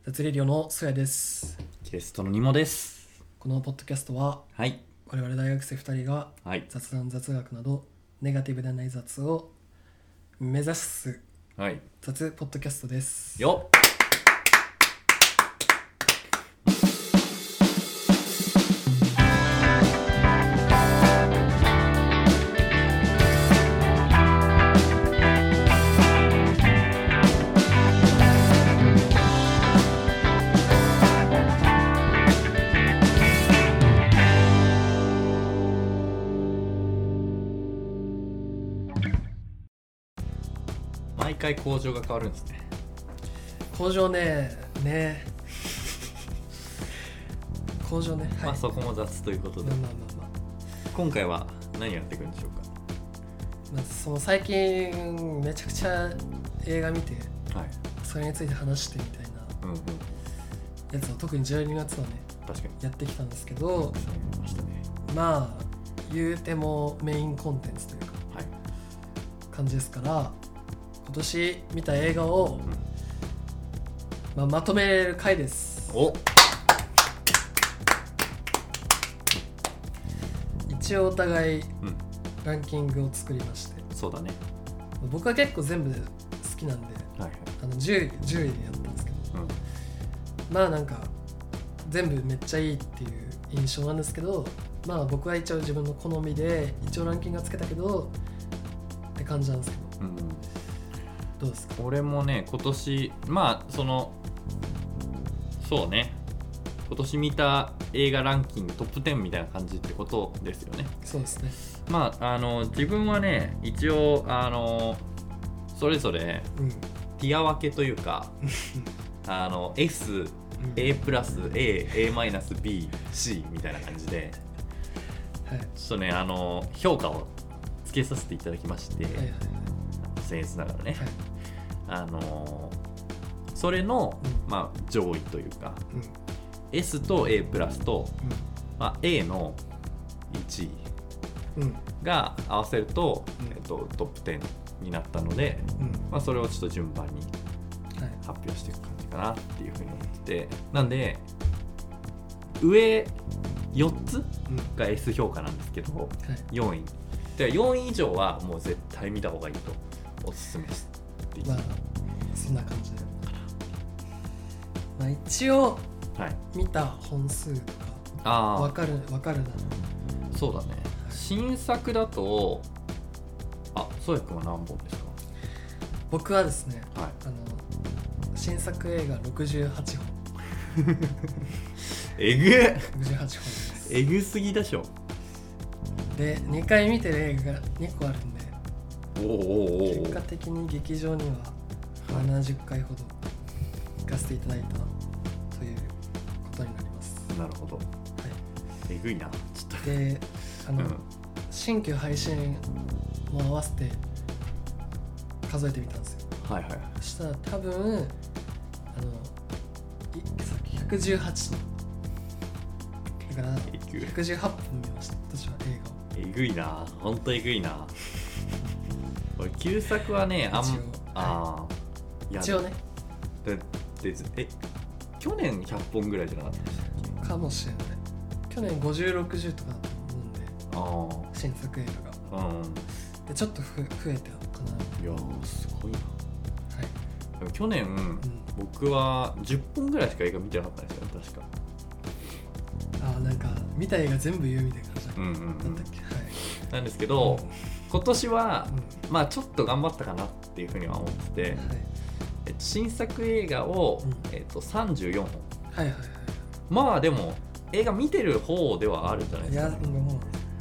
雑レディオのソヤです。 ゲストのニモです。 このポッドキャストは、 はい、 我々大学生2人が雑談雑学などネガティブでない雑を目指す雑ポッドキャストです。 よっ。毎回工場が変わるんですね。 工場ね工場ね、 まあそこも雑ということで、今回は何やっていくんでしょうか。 まずその最近めちゃくちゃ映画見て、それについて話してみたいなやつを特に12月はね確かにやってきたんですけど、まあ言うてもメインコンテンツというか、感じですから、今年見た映画を、まとめる回です。一応お互いランキングを作りまして、 そうだね。 僕は結構全部好きなんで、10位でやったんですけど、まあなんか全部めっちゃいいっていう印象なんですけど、まあ僕は一応自分の好みで一応ランキングはつけたけどって感じなんですけど、どうですか？ 俺もね、今年そうね、今年見た映画ランキングトップ10みたいな感じってことですよね。 そうですね。 自分はね、一応それぞれティア分けというかS、A プラス A、A マイナス B、C みたいな感じで、ちょっとね評価をつけさせていただきまして、僭越ながらね、それの、上位というか、S と A プラスと、A の1位が合わせると、トップ10になったので、それをちょっと順番に発表していく感じかなっていうふうに思ってて、なんで上4つが S 評価なんですけど、4位で4位以上はもう絶対見た方がいいとおすすめですっていう、 そんな感じで、一応見た本数とか分かるな。 そうだね、新作だとソヤ君は何本ですか？ 僕はですね、新作映画68本えぐ 68本です。 えぐすぎでしょ。 で2回見てる映画が2個あるんで、結果的に劇場には70回ほど行かせていただいたということになります。 なるほど、えぐいな。ちょっとで新旧配信も合わせて数えてみたんですよ。そしたら多分さっき118だから118分見ました、私は映画を。 えぐいな、ほんとえぐいな。俺旧作はね、一応ね。去年100本ぐらいじゃなかったでしたっけ？ かもしれない。去年50、60とかだと思うんで、新作映画が。でちょっと増えてたかな。いやすごいな。でも去年、僕は10本ぐらいしか映画見てなかったんですよね、確か。 なんか見た映画全部言うみたいな感じだったっけ？ なんですけど、今年は、ちょっと頑張ったかなっていうふうには思ってて、新作映画を、34本。でも映画見てる方ではあるじゃないですか。 いやもう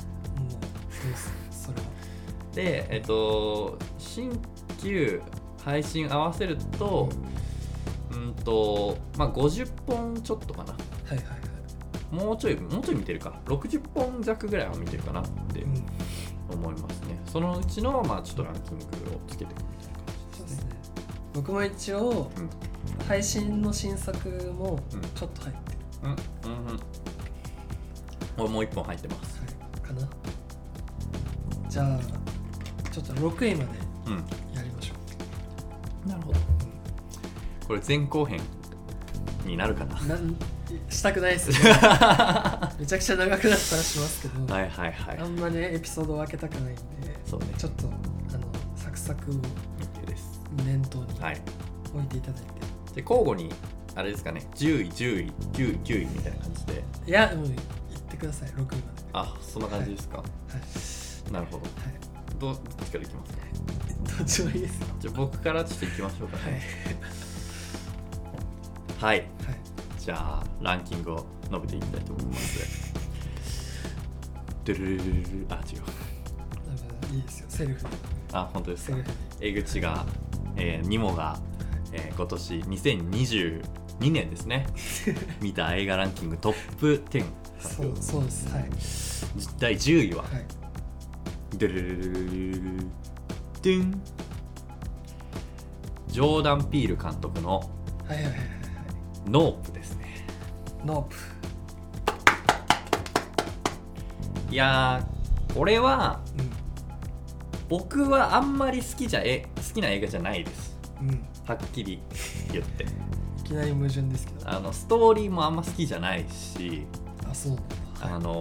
それは。 で新旧配信合わせると、50本ちょっとかな。もうちょい見てるか、60本弱ぐらいは見てるかなって思いますね。そのうちのちょっとランキングをつけていくみたいな感じですね。 僕も一応、配信の新作もちょっと入ってる。もう1本入ってます。 かな。じゃあちょっと6位までやりましょう。 なるほど。これ前後編になるかな。 したくないですねめちゃくちゃ長くなったらしますけど、 はいはいはい、 あんまねエピソードを分けたくないんで、 そうね、 ちょっとサクサクを念頭に置いていただいて、 で交互にあれですかね、10位10位9位9位みたいな感じで。 いやもう言ってください、6位まで。 あ、そんな感じですか。はい、なるほど、はい、どっちからいきますか。 どっちもいいですよ。 じゃあ僕からちょっといきましょうかね。はい、はい、じゃあランキングを述べていきたいと思いますドゥルルルルル、あ、違う、 いいですよ、セルフ。 あ、本当ですか。江口が、ニモが、今年2022年ですね見た映画ランキングトップ10。 そうです、はい、 第10位は、はい、ドゥルルルルルルドゥン、ジョーダン・ピール監督のノープですね。 ノープ。 いやー、これは、うん、僕はあんまり好きな映画じゃないです、うん、はっきり言っていきなり矛盾ですけど、 ストーリーもあんま好きじゃないし、 あ、そうなんだ、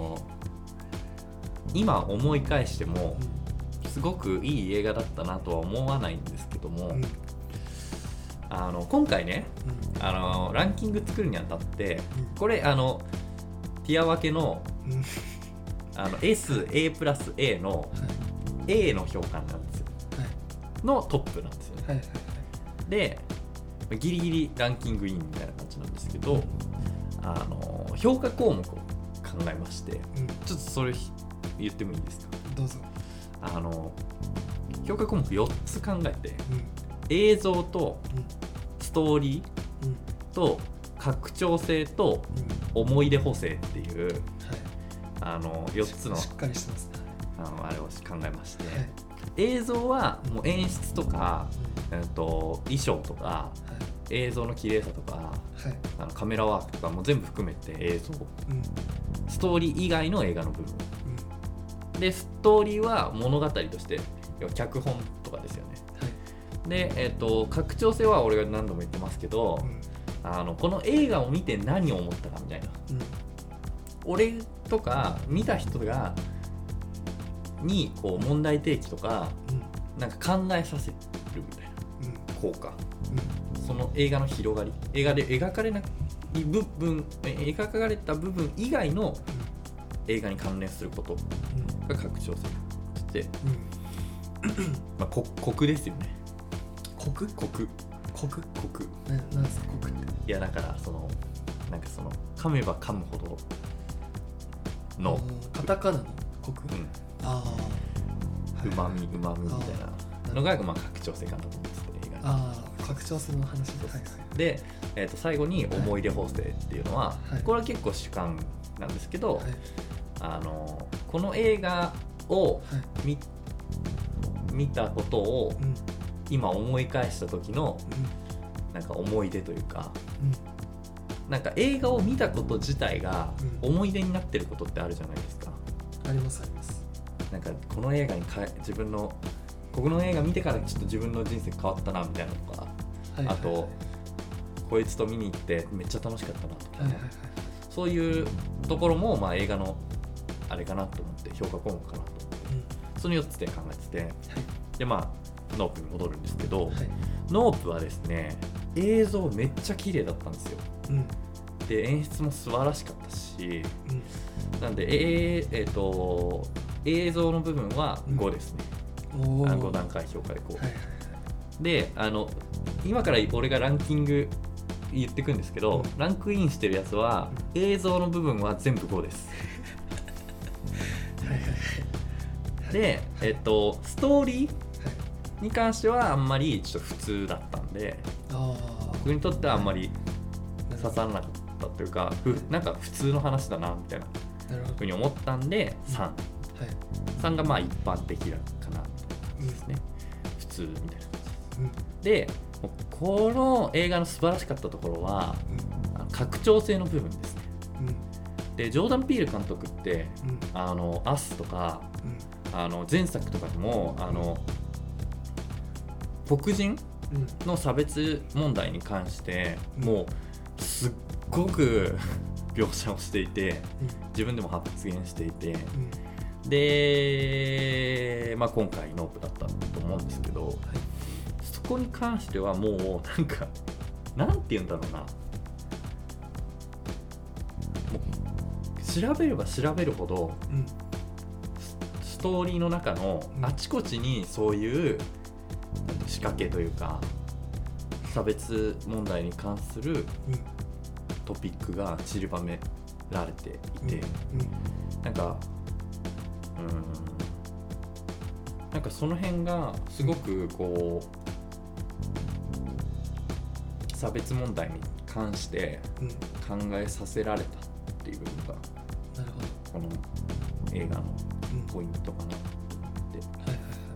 今思い返しても、すごくいい映画だったなとは思わないんですけども、うん、今回ね、うん、ランキング作るにあたって、うん、これティア分けの、うん、SA プラス A の、はい、A の評価なんですよ、はい、のトップなんですよね、はいはいはい、でギリギリランキングインみたいな感じなんですけど、評価項目を考えまして、うん、ちょっとそれ言ってもいいですか。 どうぞ。 評価項目4つ考えて、うん、映像とストーリーと拡張性と思い出補正っていう、4つのしっかりしてますね。 あれを考えまして、はい、映像はもう演出とか、衣装とか、はい、映像の綺麗さとか、はい、カメラワークとかも全部含めて映像、ストーリー以外の映画の部分、でストーリーは物語として脚本とかですよね、はい、で、拡張性は俺が何度も言ってますけど、この映画を見て何を思ったかみたいな、俺とか見た人がにこう問題提起とか、なんか考えさせるみたいな効果、その映画の広がり、映画で描かれない部分、描かれた部分以外の映画に関連することが拡張性して、まあ、国ですよね。 国なんですか国って。 いやだからなんかその噛めば噛むほどのカタカナの国、 うまみみたいなのがまあ拡張性かなと思うんですけど、映画拡張性の話で、はいはい、で、 最後に思い出補正っていうのは、はい、これは結構主観なんですけど、はい、この映画を見たことを今思い返した時のなんか思い出というか、なんか映画を見たこと自体が思い出になってることってあるじゃないですか。 ありますあります。 なんかこの映画にこの映画見てからちょっと自分の人生変わったなみたいなとか、はいはいはい、あとこいつと見に行ってめっちゃ楽しかったなとか、はいはいはい、そういうところもまあ映画のあれかなと思って評価項目かなと思って、その4つで考えてて、はい、でまあノープに戻るんですけど、はい、ノープはですね映像めっちゃ綺麗だったんですよ、で演出も素晴らしかったし、なんで映像の部分は5ですね、5段階評価でこう、はいはいはい、で今から俺がランキング言ってくんですけど、ランクインしてるやつは映像の部分は全部5ですで、ストーリーに関してはあんまりちょっと普通だったんで、僕にとってはあんまり刺さらなかったというか、なんか普通の話だなみたいなふうに思ったんで3、3がまあ一般的かなですね、普通みたいな感じです、でこの映画の素晴らしかったところは、拡張性の部分ですね、でジョーダン・ピール監督って、アスとか、前作とかでも黒人の差別問題に関して、もうすっごく描写をしていて、自分でも発言していて、で、まあ、今回ノープだったと思うんですけど、そこに関してはもうなんかなんて言うんだろうな、もう調べれば調べるほど、ストーリーの中のあちこちにそういう仕掛けというか差別問題に関するトピックが散りばめられていて、なんかその辺がすごくこう差別問題に関して考えさせられたっていうのがこの映画のポイントかなと思って、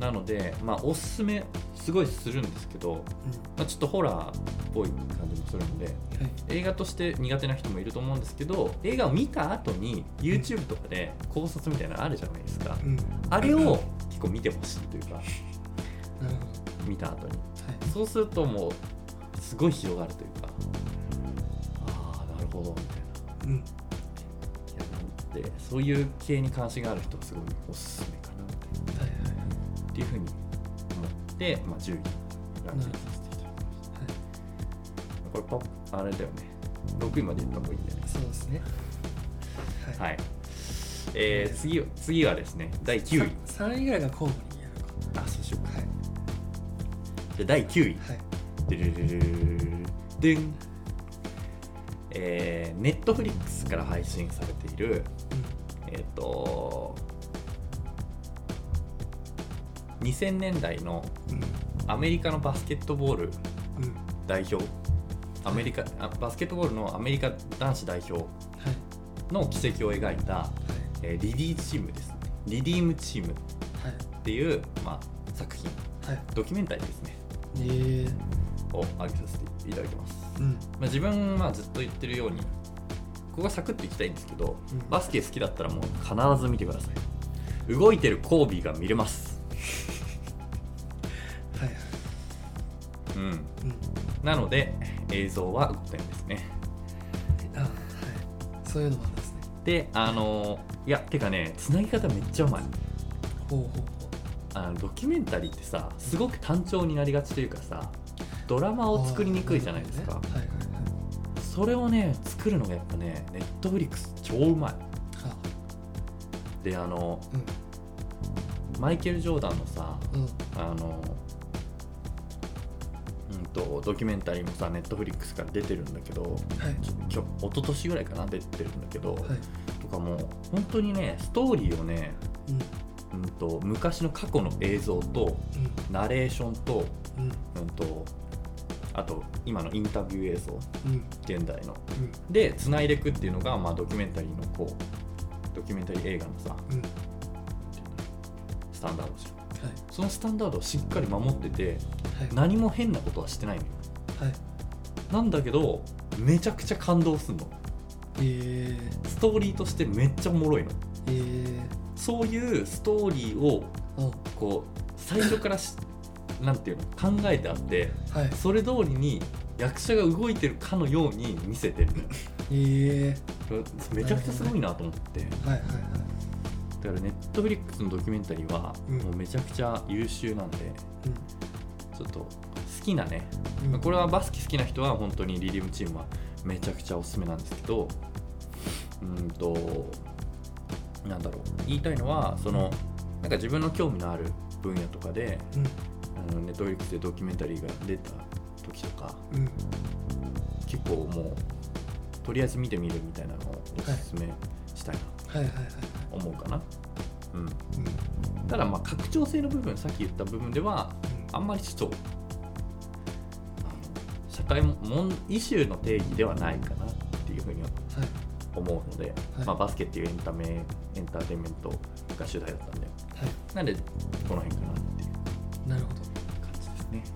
なのでまあおすすめすごいするんですけど、まあ、ちょっとホラーっぽい感じもするので、映画として苦手な人もいると思うんですけど、映画を見た後に YouTube とかで考察みたいなのあるじゃないですか、あれを結構見てほしいというか、見た後に、そうするともうすごい広がるというか、ああなるほどみたいな、いやなんでそういう系に関心がある人はすごいおすすめかなっていうふうに思って、まあ、10位ランキングさせていただきました。これあれだよね、6位までいった方がいいんだよね。 そうですね。 はい、次はですね第9位。 3位ぐらいが交互にやるか。 あ、そうしようか。じゃあ第9位。でるるるるるでん。ネットフリックスから配信されている、2000年代のアメリカのバスケットボール代表、バスケットボールのアメリカ男子代表の軌跡を描いた、リディチームですね。リディームチームっていう、まあ、作品、ドキュメンタリーですね、を挙げさせていただきます。まあ、自分はずっと言ってるようにここがサクッといきたいんですけど、バスケ好きだったらもう必ず見てください。動いてるコービーが見れます。なので映像は5点ですね。 そういうのもあるんですね。 で、いやてかね、つなぎ方めっちゃうまい。ドキュメンタリーってさ、すごく単調になりがちというかさ、ドラマを作りにくいじゃないですか。それをね作るのがやっぱね、ネットフリックス超うまい。でマイケル・ジョーダンのさ、ドキュメンタリーもさネットフリックスから出てるんだけど、一昨年ぐらいかな出てるんだけど、とかも本当にねストーリーをね、昔の過去の映像と、ナレーションと、あと今のインタビュー映像、現代の、で繋いでいくっていうのが、まあ、ドキュメンタリーのこうドキュメンタリー映画のさ、スタンダードじゃん。そのスタンダードをしっかり守ってて、何も変なことはしてないのよ。なんだけどめちゃくちゃ感動するの。ストーリーとしてめっちゃおもろいの。そういうストーリーをこう最初からなんていうの考えてあって、それ通りに役者が動いてるかのように見せてるのよ。めちゃくちゃすごいなと思って。だからネットフリックスのドキュメンタリーはもうめちゃくちゃ優秀なんで、ちょっと好きなね、これはバスケ好きな人は本当にリディームチームはめちゃくちゃおすすめなんですけど、なんだろう、言いたいのはそのなんか自分の興味のある分野とかで、ネットフリックスでドキュメンタリーが出た時とか、結構もうとりあえず見てみるみたいなのをおすすめしたいな思うかな。ただまあ拡張性の部分、さっき言った部分ではあんまりちょっと社会イシューの定義ではないかなっていうふうには思うので、まあ、バスケっていうエンターテインメントが主題だったんで、なんでこの辺かなっていう感じですね。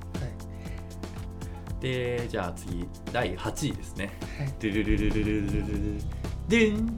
でじゃあ次第8位ですね。ドゥルルルルルルルルでん。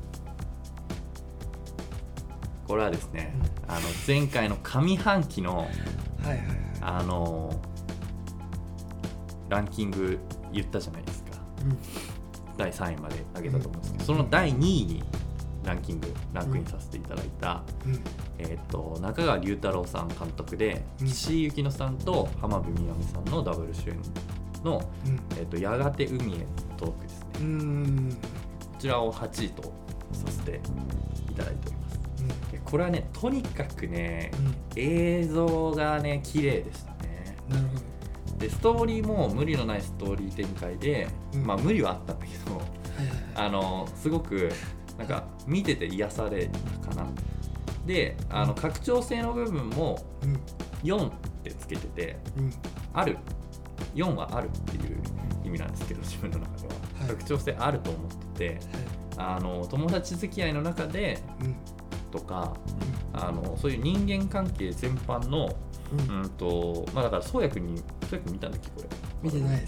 これはですね、前回の上半期のランキング言ったじゃないですか。 第3位まで上げたと思うんですけど、その第2位にランクインさせていただいた、中川龍太郎さん監督で、岸井ゆきのさんと浜辺美波さんのダブル主演の、やがて海へ届くですね。こちらを8位とさせていただいております。これはね、とにかくね、映像がね綺麗でしたね。 なるほど。 でストーリーも無理のないストーリー展開で、まあ無理はあったんだけど、すごくなんか見てて癒されたかな。で拡張性の部分も4ってつけてて、ある4はあるっていう意味なんですけど、自分の中では、拡張性あると思ってて、友達付き合いの中で、とか、そういう人間関係全般の、まあだから宗谷君見たんだっけこれ。 見てないです。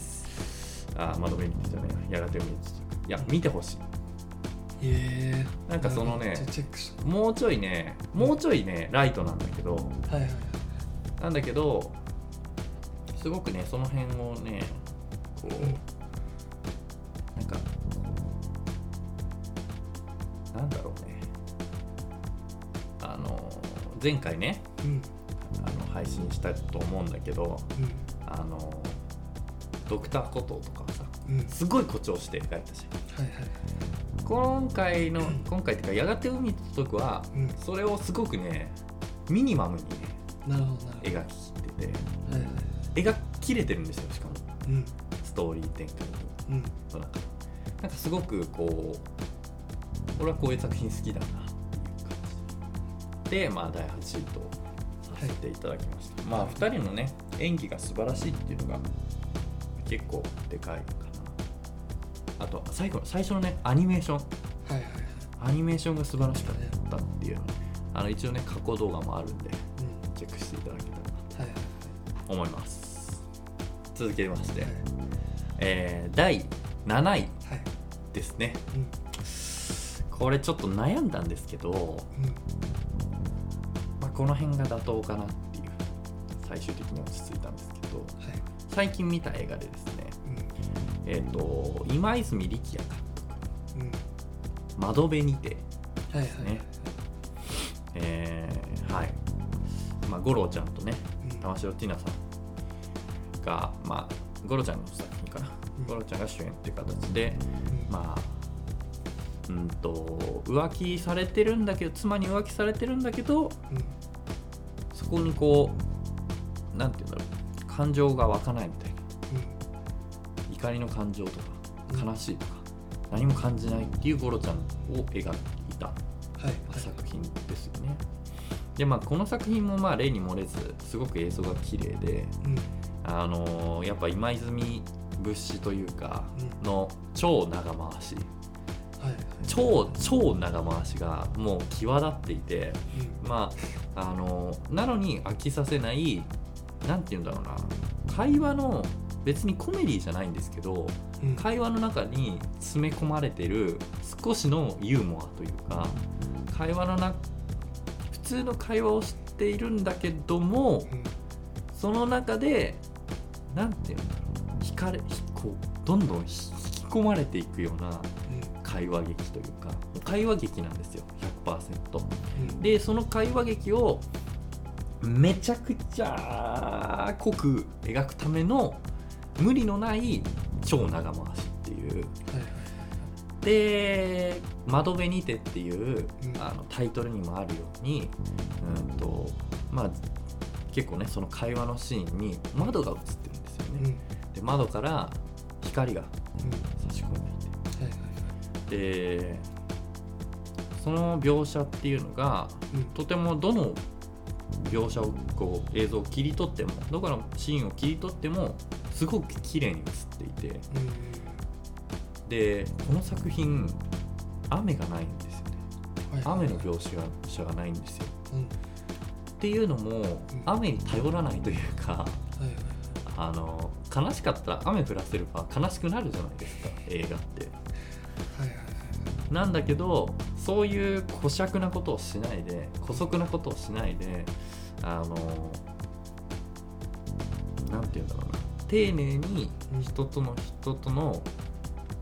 窓辺にじゃないやがて海にいや見てほしい。なんかそのね、もうちょいねライトなんだけど、なんだけどすごくねその辺をねこう、なんかなんだろうね、前回ね、配信したと思うんだけど、ドクターコトーとかをさ、すごい誇張して描いたじゃん。今回っていうかやがて海と届くは、それをすごくねミニマムにね描ききってて、描ききれてるんですよ。しかも、ストーリー展開に、なんかすごくこう俺はこういう作品好きだなっていう感じで、まあ第8位とさせていただきました。まあ2人のね演技が素晴らしいっていうのが結構でかいかな。あと最初のねアニメーション、アニメーションが素晴らしかったっていう、一応ね過去動画もあるんで、チェックしていただけたらなと思います。続けまして、第7位ですね。これちょっと悩んだんですけど、まあ、この辺が妥当かなっていう、最終的に落ち着いたんですけど、最近見た映画でですね、今泉力也監督、窓辺にてですね、まあ、五郎ちゃんとね玉城ティナさんが、まあ、五郎ちゃんの作品かな、五郎ちゃんが主演っていう形で、まあ浮気されてるんだけど、妻に浮気されてるんだけど、そこにこうなんていうんだろう、感情が湧かないみたいな、怒りの感情とか悲しいとか、何も感じないっていうゴロちゃんを描いた作品ですよね。でまあこの作品もまあ例に漏れずすごく映像が綺麗で、やっぱ今泉節というかの超長回し、超長回しがもう際立っていて、まあなのに飽きさせない、なんていうんだろうな、会話の別にコメディじゃないんですけど、会話の中に詰め込まれてる少しのユーモアというか、会話の普通の会話をしているんだけども、その中でなんていうんだろう、こうどんどん引き込まれていくような会話劇というか、会話劇なんですよ 100%、でその会話劇をめちゃくちゃ濃く描くための無理のない超長回しっていう、で窓辺にてっていう、タイトルにもあるように、まあ結構ねその会話のシーンに窓が映ってるんですよね、で窓から光が差し込んでいて、でその描写っていうのが、とてもどの描写をこう映像を切り取っても、どこのシーンを切り取ってもすごく綺麗に映っていて、でこの作品雨がないんですよね、雨の描写がないんですよ、っていうのも、雨に頼らないというか、悲しかったら雨降らせれば悲しくなるじゃないですか、映画って、なんだけどそういう姑息なことをしないで、なんていうんだろうな、丁寧に人との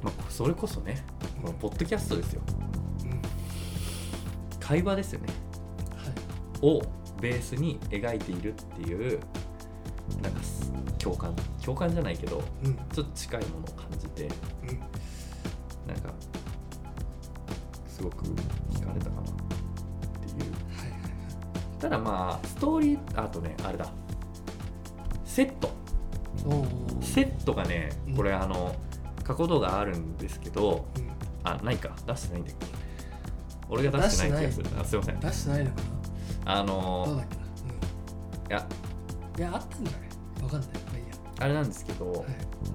まあ、それこそね、このポッドキャストですよ、会話ですよね、をベースに描いているっていうなんか共感じゃないけど、ちょっと近いものを感じて、なんかすごく惹かれたかなっていう、ただまあストーリー、あとねあれだ、セットがね、これ過去動画あるんですけど、ないか、出してないんだっけ、俺が出してない気がする。すいません、 出してないのかな、どうだっけな、いやあったんじゃない、わかんない、まあいいや、 あれなんですけど、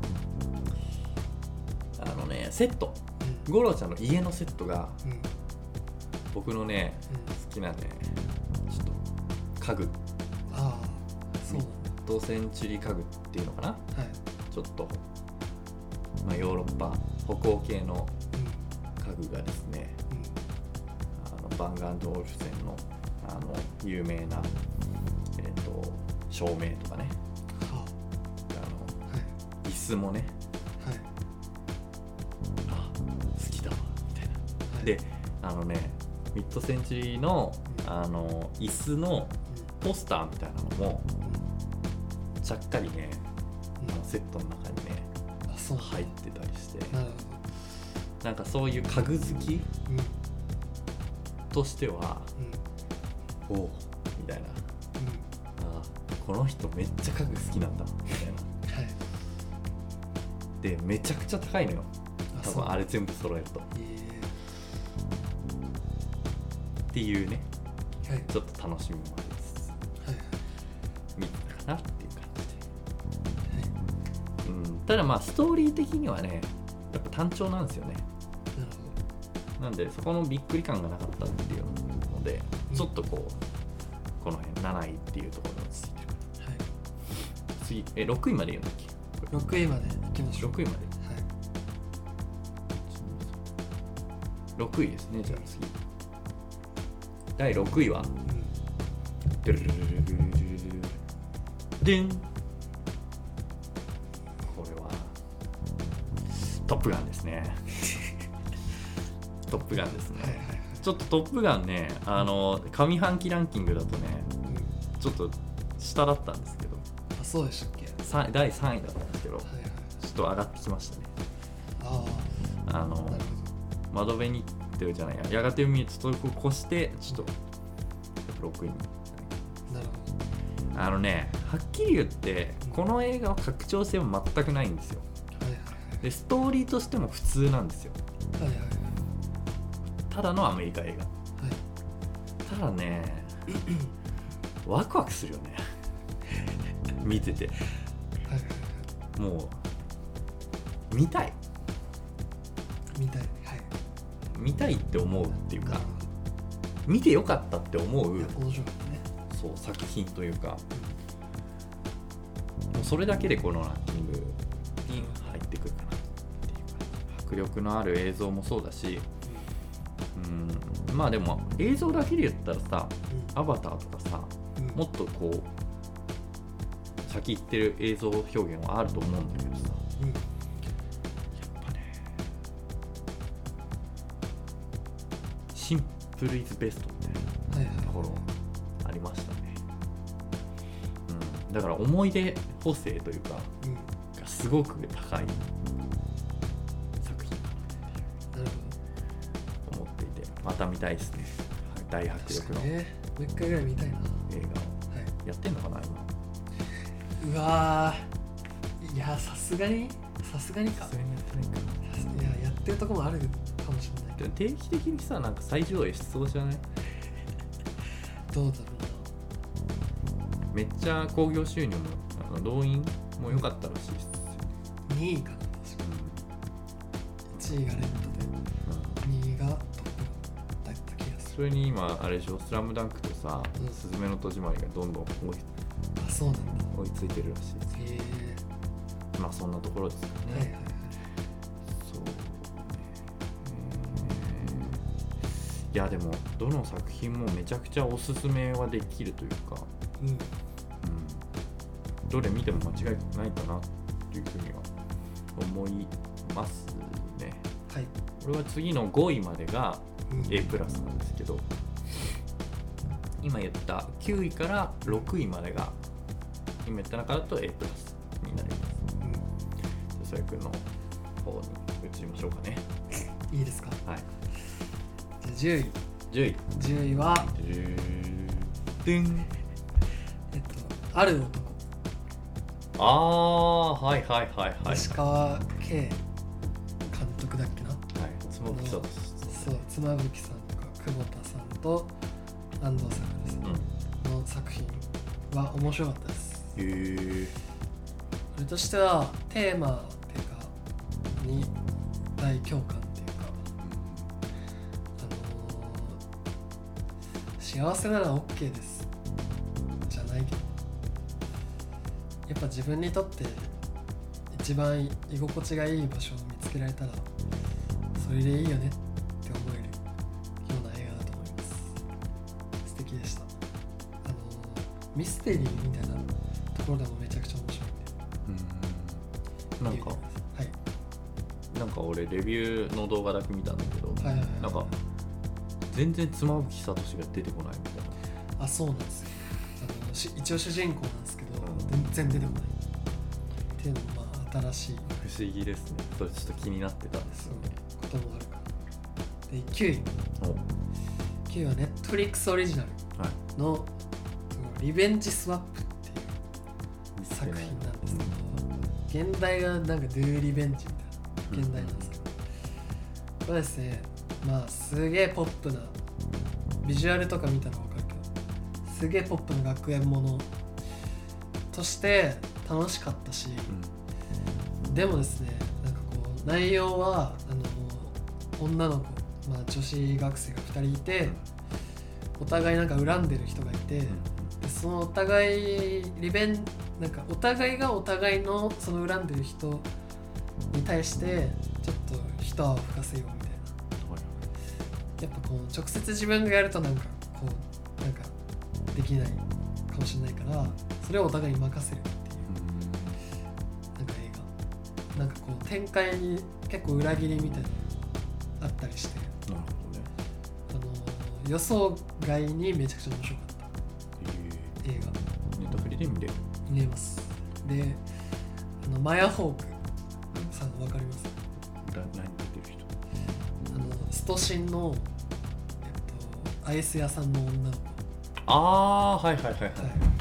セット、五郎ちゃんの家のセットが、僕のね、好きなね、ちょっと家具、ミッドセンチュリー家具っていうのかな、ちょっと、まあ、ヨーロッパ北欧系の家具がですね、バンガンドオルフセンの有名な、照明とかね、椅子もね、好きだわみたいな、でミッドセンチュリーの、椅子のポスターみたいなのもちゃっかりね、セットの中にね入ってたりして、なんかそういう家具好き、としては、おうみたいな、この人めっちゃ家具好きなんだみたいな、でめちゃくちゃ高いのよ、多分あれ全部揃えると、っていうね、ちょっと楽しみもありつつ、見てたかなっていう感じで、ただまあストーリー的にはねやっぱ単調なんですよね。なんでそこのびっくり感がなかったっていうので、ちょっとこうこの辺7位っていうところに落ち着いてる、次6位まで言うんだっけ、 6位までいきましょう。 6位まで、6位ですね。じゃあ次第6位は、ドゥルルルルルルルでん、これはトップガンですね。トップガンですね、ちょっとトップガンね、上半期ランキングだとね、ちょっと下だったんですけど、 そうでしたっけ、 第3位だったんですけど、ちょっと上がってきましたね。窓辺にってるじゃないや、やがて海へちょっと越してちょっと6位に。 なるほど。はっきり言ってこの映画は拡張性は全くないんですよ。でストーリーとしても普通なんですよ。ただのアメリカ映画、ただねワクワクするよね見てて、もう見たい見たいって思うっていうか、見てよかったって思う、そう作品というか、もうそれだけでこのランキングに入ってくるかなっていうか、迫力のある映像もそうだし、まあでも映像だけで言ったらさ、アバターとかさ、もっとこう先行ってる映像表現はあると思うんだけどさ、やっぱねシンプルイズベストみたいなところありましたね。だから思い出補正というか、がすごく高い作品かなって思っていて、また見たいですね。大迫力の、もう一回ぐらい見たいな映画を、やってんのかな今。うわー、いやさすがにか、 さすがにやってないか。 いややってるとこもあるかもしれない。 でも定期的にさ、なんか再上映しそうじゃない？ どうだろうな。 めっちゃ興行収入も動員も良かったらしいです。 2位かな、確かに。1位がレッドで、2位がトップだった気がする。 それに今あれでしょ、スラムダンクとさ、すずめの戸締まりがどんどんそうなんだ、 追いついてるらしいです。まあそんなところですよね。そうね。いやでもどの作品もめちゃくちゃおすすめはできるというか、どれ見ても間違いないかなっていうふうには思いますね、 はい、 俺は次の5位までが A プラスなんですけど、今言った9位から6位までが今言った中だと A プラスになります。そやくんの方に移りましょうかね。 いいですか。 はい。 じゃあ10位はある男。 はいはいはいはい。 石川圭監督だっけな。 はい。妻夫木聡。 そう、妻夫木さんとか久保田さんと安藤サクラさんの作品は面白かったです。 へえ。 それとしてはテーマっていうかに大共感っていうか、幸せなら OK ですじゃないけど、やっぱ自分にとって一番居心地がいい場所を見つけられたらそれでいいよねって思えるような映画だと思います。素敵でした。ミステリーみたいなところでもめちゃくちゃ面白いんで、 なんか俺レビューの動画だけ見たんだけど、なんか全然妻夫木聡が出てこないみたいな。あ、そうなんですよ。一応主人公なんですけど、全然出てこないっていうのもまあ新しい不思議ですね。それちょっと気になってたんですよね。 こともあるから。で9位は Netflix オリジナルのリベンジスワップっていう作品なんですけど、現代がなんか Do リベンジみたいな現代なんですけど、これですね、まあすげえポップなビジュアルとか見たら分かるけど、すげえポップな学園ものとして楽しかったし、でもですね、なんかこう内容は女の子、まあ、女子学生が2人いて、お互いなんか恨んでる人がいて、でそのお互いなんかお互いがお互いのその恨んでる人に対してちょっと一泡吹かせようみたいな、やっぱこう直接自分がやるとなんかこうなんかできないかもしれないから、それをお互いに任せるっていうなんか映画、なんかこう展開に結構裏切りみたいなのあったりして、 なるほどね、 予想外にめちゃくちゃ面白かった映画。 ネットフリで見れる？ 見れます。で、マヤホークさんわかります？ 何出てる人？ ストシンの、アイス屋さんの女の子。 はいはいはいはい。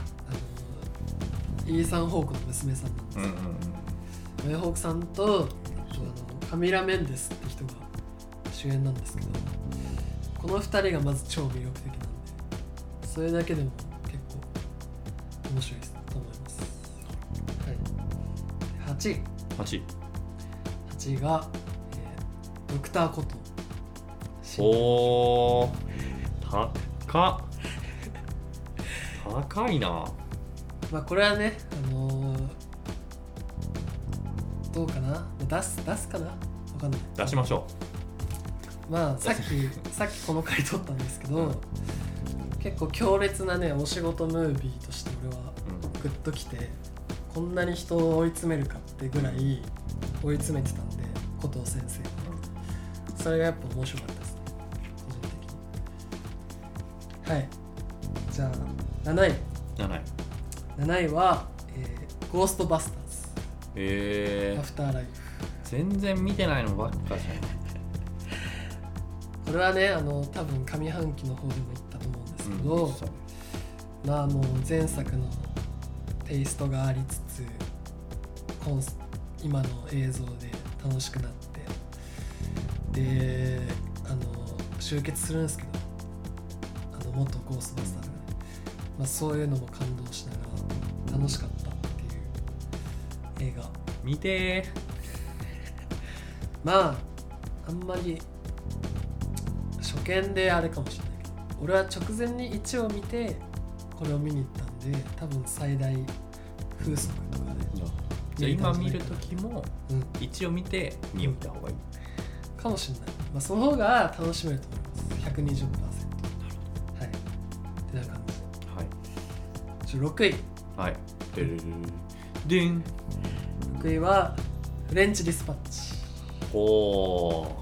イーサン・ホークの娘さんなんですけど、マヤホークさんとカミラ・メンデスって人が主演なんですけど、この2人がまず超魅力的なんで、それだけでも結構面白いですと思います。はい、8位が、ドクターコトー。 おー、高いな。 まあこれはね、どうかな、出すかな、わかんない。 出しましょう。まあさっきこの回撮ったんですけど、結構強烈なねお仕事ムービーとして俺はグッときて、こんなに人を追い詰めるかってぐらい追い詰めてたんで、コトー先生、それがやっぱ面白かったですね、個人的に。はい、じゃあ7位は、ゴーストバスターズ、アフターライフ。 全然見てないのばっかじゃん。 これはね、多分上半期の方でも言ったと思うんですけど、まあもう前作のテイストがありつつ、今の映像で楽しくなって、で集結するんですけど、元ゴーストバスターズが、まあ、そういうのも感動しながら楽しかったっていう映画。 見てまああんまり初見であれかもしれないけど、俺は直前に1を見てこれを見に行ったんで、多分最大風速とかで、 じゃあ今見るときも1を見て2を見た方がいいかもしれない。まあ、その方が楽しめると思います。 120%。 はい、ってな感じ。6位。 はい。でん。 6位はフレンチディスパッチ。 お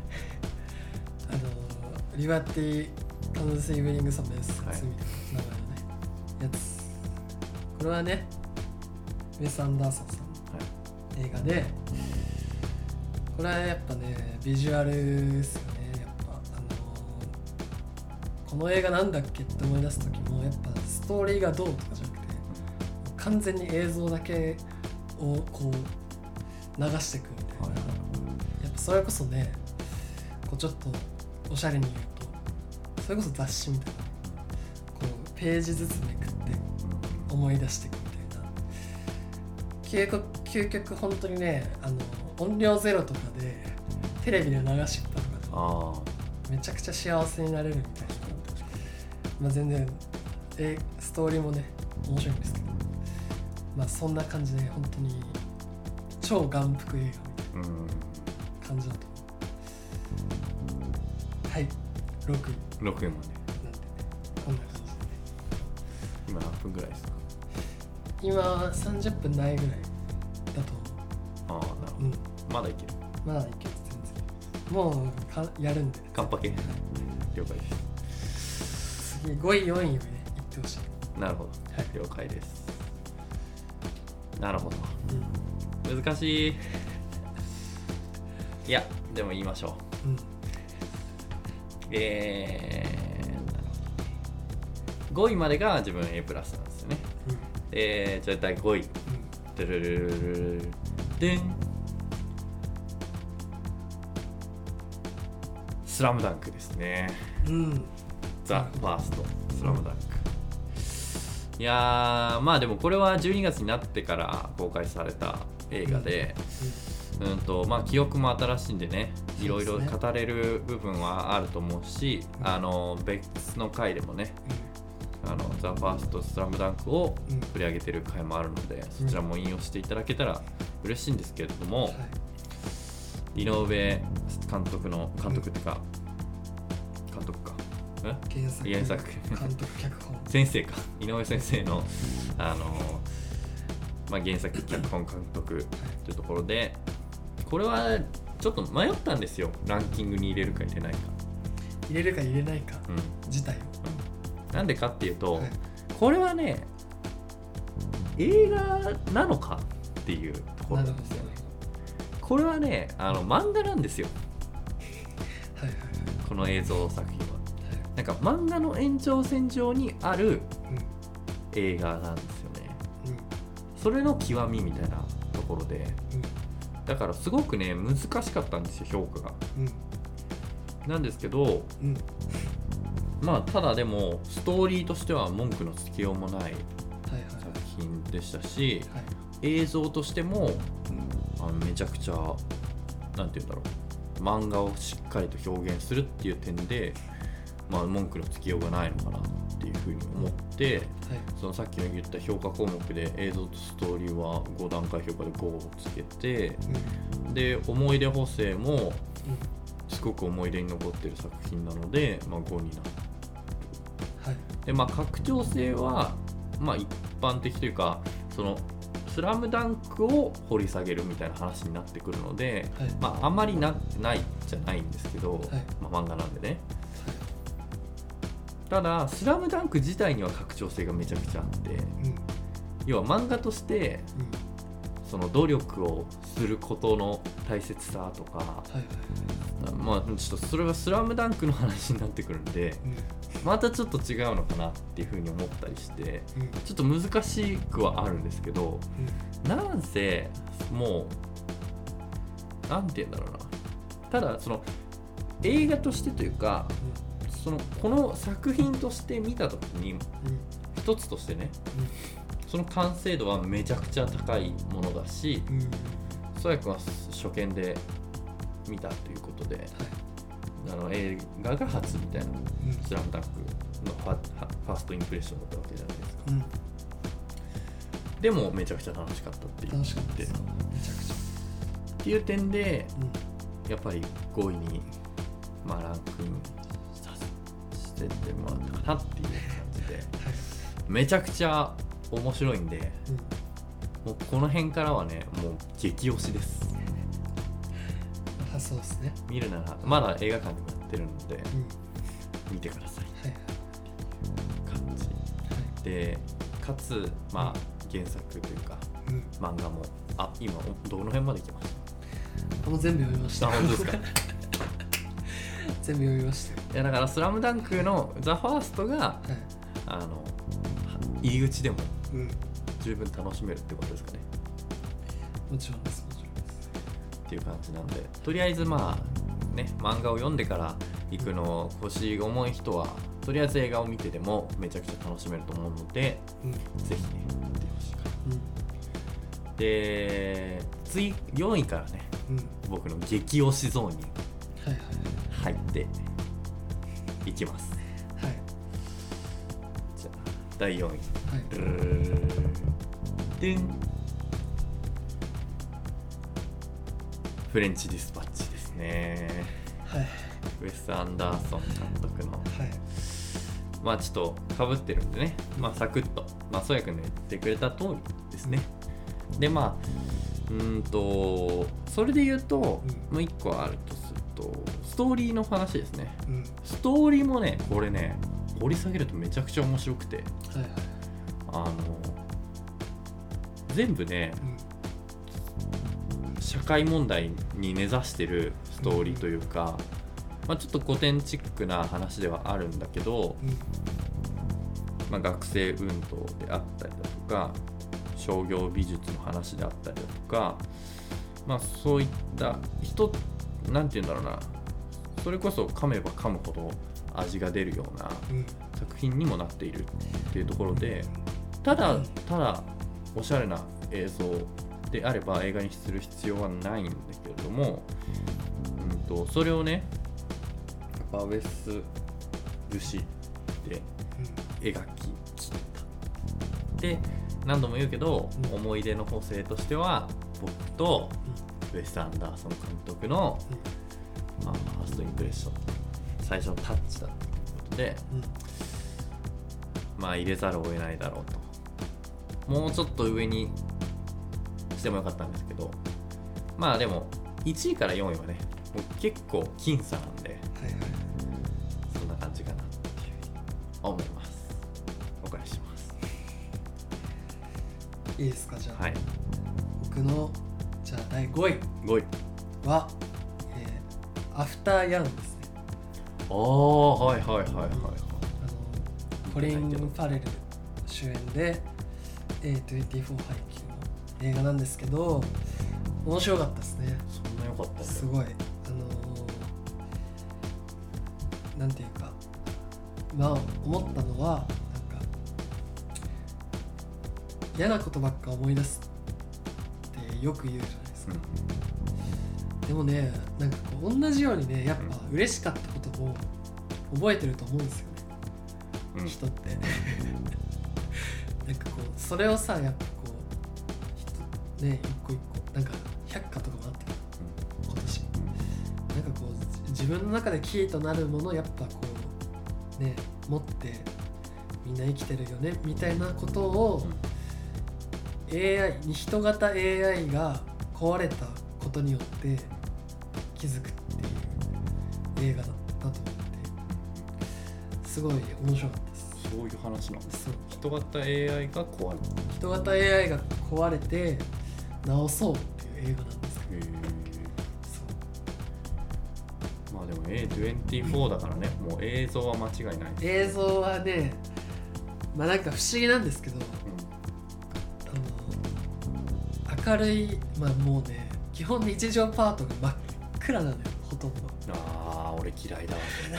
リバティカンザスイブニングサムです、はい、みたいな名前のねやつ。これはねウェス・アンダーソンさんの映画で、これはやっぱねビジュアルですよね。やっぱこの映画なんだっけって思い出す時もやっぱストーリーがどうとかじゃなくて完全に映像だけをこう流していくみたいな、やっぱそれこそねこうちょっとおしゃれに言うとそれこそ雑誌みたいなこうページずつめくって思い出していくみたいな、究極本当にね音量ゼロとかでテレビで流しっぱとかでめちゃくちゃ幸せになれるみたいな、まあ、全然ストーリーもね面白いんですけど、まあそんな感じで本当に超眼福映画みたいな感じだと思う。はい、6位までなんでね、 こんな感じでね。 今何分ぐらいですか？ 今30分ないぐらいだと思う。ああ、なるほど、まだいける。 まだいける、全然もうやるんでカンパケ了解です。 次5位4位をね言ってほしい。 なるほど、はい、了解です。なるほど、難しい。いやでも言いましょう、5位までが自分 A プラスなんですよね、じゃあ第5位、でんスラムダンクですね、ザ・ファーストスラムダンク、いやまあでもこれは12月になってから公開された映画で、まあ記憶も新しいんでね、いろいろ語れる部分はあると思うし、別の回でもね、ザ・ファーストスラムダンクを取り上げてる回もあるので、そちらも引用していただけたら嬉しいんですけれども、井上監督っていうか監督か原作監督脚本先生か井上先生のまあ、原作脚本監督というところで、これはちょっと迷ったんですよ、ランキングに入れるか入れないか、 入れるか入れないか、自体を、 なんでかっていうと、これはね映画なのかっていうところなんですよね。これはね漫画なんですよ、この映像作品は、なんか漫画の延長線上にある映画なんですよね、それの極みみたいなところで、だからすごくね難しかったんですよ、評価が、なんですけど、まあただでもストーリーとしては文句のつけようもない作品でしたし、映像としても、めちゃくちゃなんていうんだろう、漫画をしっかりと表現するっていう点で、まあ、文句のつけようがないのかなっていうふうに思って、そのさっきの言った評価項目で映像とストーリーは5段階評価で5をつけて、で思い出補正もすごく思い出に残ってる作品なので、まあ、5になる、でまあ拡張性はまあ一般的というか、そのスラムダンクを掘り下げるみたいな話になってくるので、まああんまりないじゃないんですけど、まあ、漫画なんでね、ただスラムダンク自体には拡張性がめちゃくちゃあって、要は漫画として、その努力をすることの大切さとか、まあちょっとそれはスラムダンクの話になってくるんで、またちょっと違うのかなっていうふうに思ったりして、ちょっと難しくはあるんですけど、なんせもうなんて言うんだろうな、ただその映画としてというか、この作品として見たときに、一つとしてね、その完成度はめちゃくちゃ高いものだし、そやくんは初見で見たということで、映画が初みたいな、スラムダンクのファーストインプレッションだったわけじゃないですか、でもめちゃくちゃ楽しかったっていう楽しかったです、めちゃくちゃっていう点で、やっぱり5位に、まあ、ランクインしてってもらったかなっていう感じで、めちゃくちゃ面白いんで、もうこの辺からはねもう激推しです。 そうですね、 見るならまだ映画館でもやってるので、見てください、 はい感じ、でかつまあ原作というか、漫画も今どの辺まで来ました？ もう全部読みました。 本当ですか？ 全部読みましたよ。 いやだからスラムダンクのザファーストが、入り口でも十分楽しめるってことですかね。 もちろんです。 っていう感じなんで、とりあえずまあね、漫画を読んでから行くの腰が重い人はとりあえず映画を見てでもめちゃくちゃ楽しめると思うので、ぜひね見てほしいかな、で次4位からね、僕の激推しゾーンに入っていきます。 はい。 じゃあ第4位、はい、でんフレンチディスパッチですね。 はい。 ウェス・アンダーソン監督の、 はい、 まあちょっと被ってるんでね、まあサクッと、まあソヤ君の言ってくれた通りですね。でまあそれで言うと、もう一個あるとするとストーリーの話ですね、ストーリーもねこれね掘り下げるとめちゃくちゃ面白くて、全部ね、社会問題に根ざしてるストーリーというか、まあ、ちょっと古典チックな話ではあるんだけど、まあ、学生運動であったりだとか商業美術の話であったりだとか、まあ、そういったなんていうんだろうな、それこそ噛めば噛むほど味が出るような作品にもなっているっていうところで、ただおしゃれな映像であれば映画にする必要はないんだけれども、それをねやっぱウェス節で描き切った。で何度も言うけど、思い出の補正としては僕とウェス・アンダーソン監督の、まあ、ファーストインプレッション、最初のタッチだってことで、まあ入れざるを得ないだろうと。もうちょっと上にしてもよかったんですけど、まあでも1位から4位はねもう結構僅差なんで、そんな感じかなっていう思います。お返しします。 いいですか？じゃあ、 はい、 僕のじゃあ第5位は、アフターヤンですね。 はいはいはいはい、 コリン・ファレル主演でA24 配給の映画なんですけど、面白かったですね。 そんな良かったんだ。 すごいなんていうか、まあ思ったのはなんか嫌なことばっか思い出すってよく言うじゃないですか、でもね、なんかこう同じようにね、やっぱ嬉しかったことも覚えてると思うんですよね、人ってなんかこうそれをさ、やっぱこうね、一個一個なんか100課とかもあったよ、今年なんかこう自分の中でキーとなるものをやっぱこうね持ってみんな生きてるよねみたいなことを、人型 AI が壊れたことによって気づくっていう映画だったと思って、すごい面白かったです。 そういう話なんです。人型 AI が壊れた。 人型 AI が壊れて直そうっていう映画なんですけど。 まあでも A24 だからね、もう映像は間違いない。 映像はね、まあなんか不思議なんですけど、明るい、まあもうね、基本日常パートが真っ暗なのよ、ほとんど。 俺嫌いだわ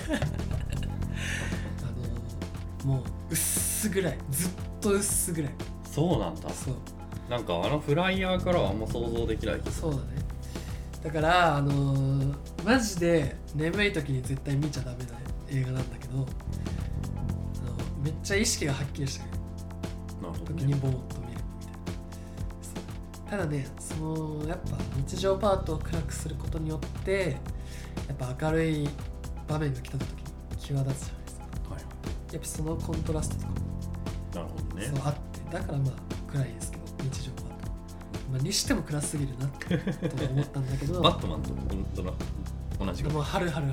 もう薄暗い、ずっと薄暗い。 そうなんだ。 そう、 なんかフライヤーからはあんま想像できないけど。 そうだね。だからマジで眠い時に絶対見ちゃダメな映画なんだけど、めっちゃ意識がはっきりしてる時にボーンと見るみたいな。ただね、やっぱ日常パートを暗くすることによってやっぱ明るい場面が来た時に際立つじゃないですか、やっぱそのコントラストとかもそうあって、だからまあ暗いですけど日常パート、にしても暗すぎるなと思ったんだけどバットマンと同じぐらい。 もう春、 うん、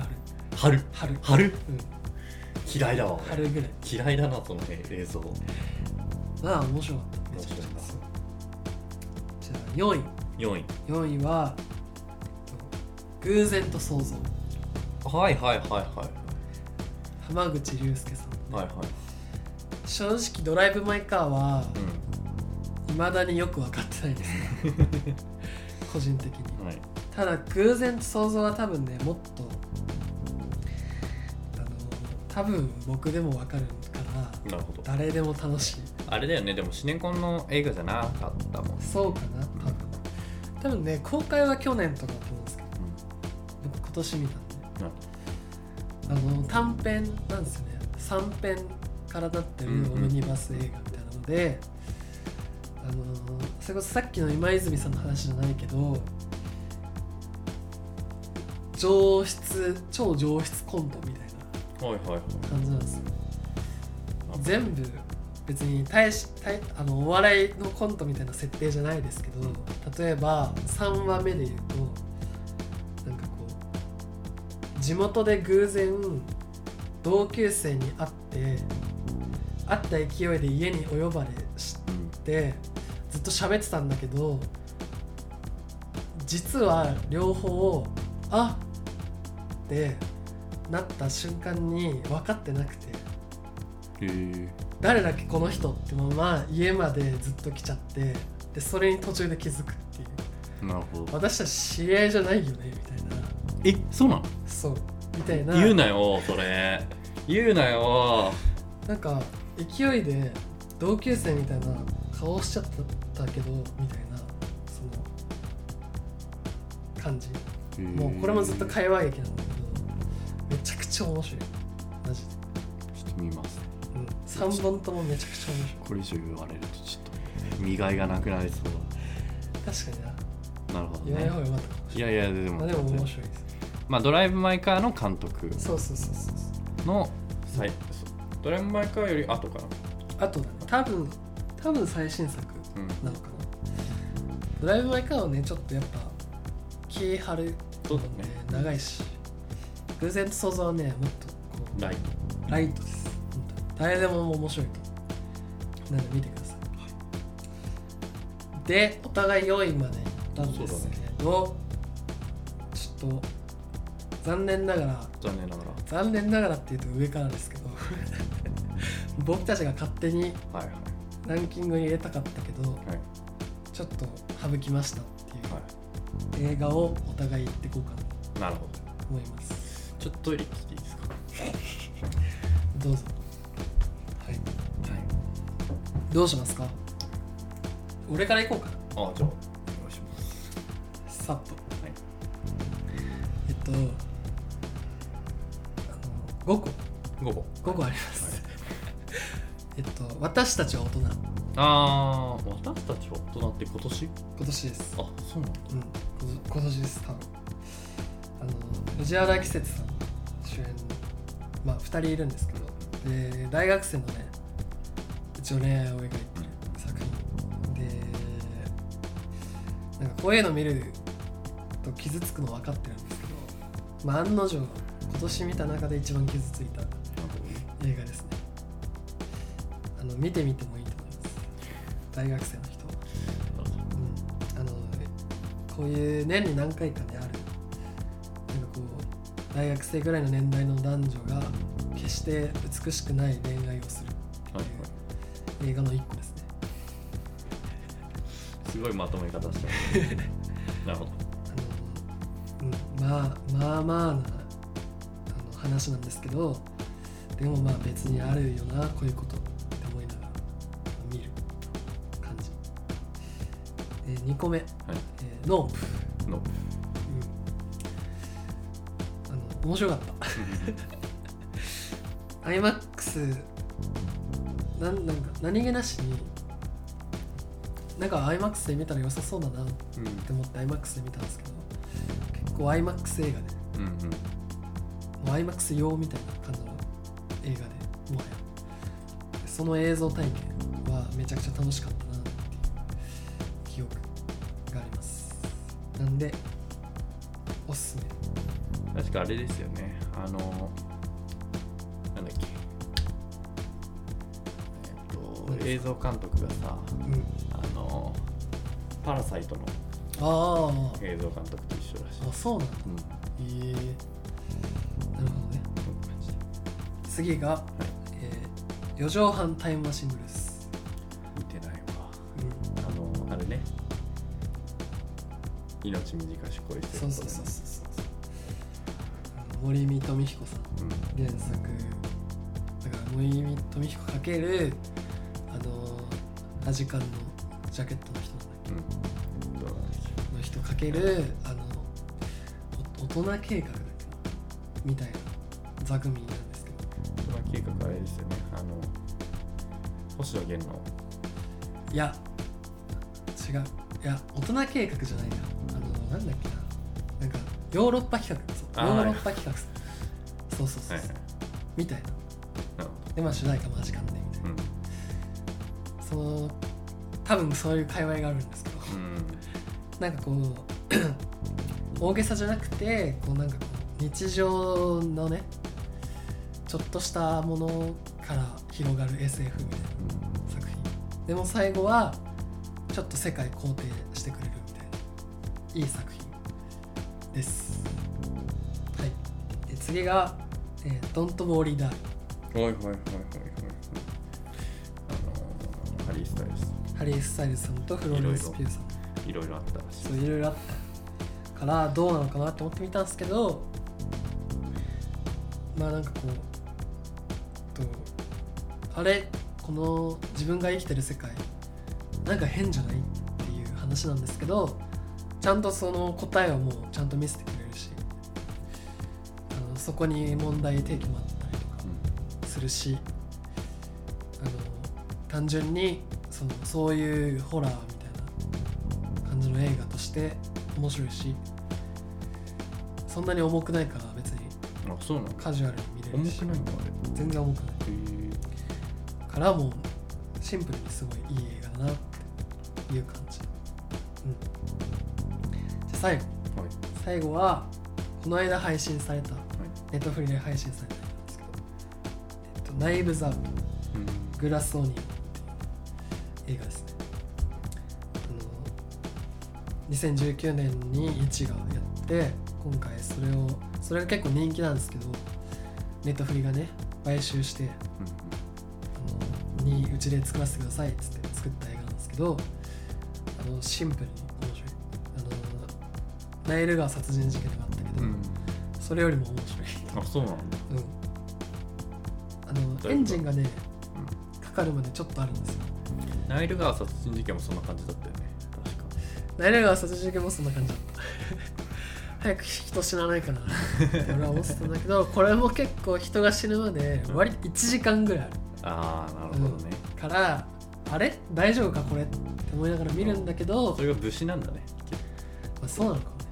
嫌いだわ。 春ぐらい嫌いだな、その映像。 まあ面白かった。 面白いな。 じゃあ4位は偶然と想像。 はい浜口竜介さん、ね、 はい。 正直ドライブ・マイ・カーは未だによく分かってないですね個人的に、はい、ただ偶然と想像は多分ね、もっと多分僕でも分かるからなるほど、 誰でも楽しい。 あれだよね、でもシネコンの映画じゃなかったもん。 そうかな、多分ね、公開は去年とかだと思うんですけど、僕今年見たんで、短編なんですよね。3編からなってるオムニバス映画みたいなので、それこそさっきの今泉さんの話じゃないけど、超上質コントみたいな感じなんですよ。全部別にお笑いのコントみたいな設定じゃないですけど、例えば3話目で言うと、なんかこう地元で偶然同級生に会った勢いで家にお呼ばれしてずっと喋ってたんだけど、実は両方あってなった瞬間に分かってなくて、誰だっけこの人ってまま家までずっと来ちゃって、でそれに途中で気づくっていう。なるほど。私たち知り合いじゃないよねみたいな。 そうなの？ そうみたいな。 言うなよそれ。言うなよ。 なんか勢いで同級生みたいな顔しちゃったけどみたいな、その感じ。もうこれもずっと会話劇なんだけど、めちゃくちゃ面白いマジで。 ちょっと見ます。 3本ともめちゃくちゃ面白い。 これ以上言われるとちょっと見がいがなくなりそうだ。確かにな。 なるほどね。 言わない方がよかったかもしれない。いやでも面白いです。 ドライブ・マイ・カーの監督のドライブ・マイ・カーより後かな。 後だね。多分最新作なのかな。ドライブ・マイ・カーはね、ちょっとやっぱ気張るとね、長いし、偶然と想像はね、もっとこうライトです。誰でも面白いと。なので見てください。で、お互い4位まで行ったんですけど、ちょっと残念ながらっていうと上からですけど僕たちが勝手にランキングに入れたかったけど、ちょっと省きましたっていう映画をお互い言っていこうかなと思います。 ちょっとトイレ来ていいですか？ どうぞ。どうしますか？俺から行こうかな。 じゃあお願いします。 さっと。5個あります。私たちは大人。 私たちは大人って今年です。 そうなんだ。 今年です。多分藤原季節さん主演、2人いるんですけど、で大学生のね、一応恋愛を描いてる作品で、なんかこういうの見ると傷つくの分かってるんですけど、案の定今年見た中で一番傷ついた映画ですね。見てみてもいいと思います。大学生の人は、こういう年に何回かねある、なんかこう大学生ぐらいの年代の男女が決して美しくない恋愛をするっていう映画の一個ですね。 すごいまとめ方したなるほど。 まあな話なんですけど、でも別にあるよなこういうことって思いながら見る感じ。2個目、ノープ。面白かったIMAX なんか何気なしになんか IMAX で見たら良さそうだなって思って IMAX で見たんですけど、結構 IMAX 映画で、もう IMAX 用みたいな感じの映画で、もはやその映像体験はめちゃくちゃ楽しかったなっていう記憶があります。なんでおすすめ確かあれですよね、なんだっけ、映像監督がさ、パラサイトの映像監督と一緒らしい。 あ、そうなんだ。なるほどね。次が、4畳半タイムマシンブルース。 見てないわ。あれね、命短し恋してる。 そう森見富彦さん、原作だから森見富彦かけるアジカンのジャケットの人なんだけど、の人かける大人計画だっけなみたいな座組なんですけど、 大人計画あれですよね、星野源の。 いや違う、いや大人計画じゃないな、なんだっけな、なんかヨーロッパ企画、ヨーロッパ企画、そう、はいはい、みたいな。で主題歌もアジカンでみたいな、多分そういう界隈があるんですけど、なんかこう大げさじゃなくてなんかこう日常のねちょっとしたものから広がる SF みたいな作品でも最後はちょっと世界肯定してくれるみたいないい作品です。はい。で次が、Don't Worry Die。ハリー・スタイルズさんとフローレンス・ピューさん。 いろいろあったらしい。 そういろいろあったからどうなのかなって思ってみたんですけど、まあなんかこうあれこの自分が生きてる世界なんか変じゃないっていう話なんですけど、ちゃんとその答えはもうちゃんと見せてくれるし、そこに問題提起もあったりとかするし、単純にそういうホラーみたいな感じの映画として面白いし、そんなに重くないから別にカジュアルに見れるし。 重くないんだあれ。 全然重くないからもうシンプルにすごいいい映画だなっていう感じ。じゃあ最後はこの間配信された、ネットフリで配信されたんですけど、ナイブズアウト、グラスオニオンっていう映画ですね。2019年に1がやって、今回それが結構人気なんですけど、ネットフリがね買収して、うちで作らせてくださいっつって作った映画なんですけど、シンプルに面白い。ナイル川殺人事件があったけど、それよりも面白い。 あ、そうなんだ。 エンジンがね、かかるまでちょっとあるんですよ。 ナイル川殺人事件もそんな感じだったよね、確か。 ナイル川殺人事件もそんな感じだった早く人死なないかなって俺は思ってたんだけど、これも結構人が死ぬまで割と1時間ぐらいある。 ああ、なるほどね。 からあれ大丈夫かこれって思いながら見るんだけど、 それが武士なんだね。 まあ、そうなのかもね。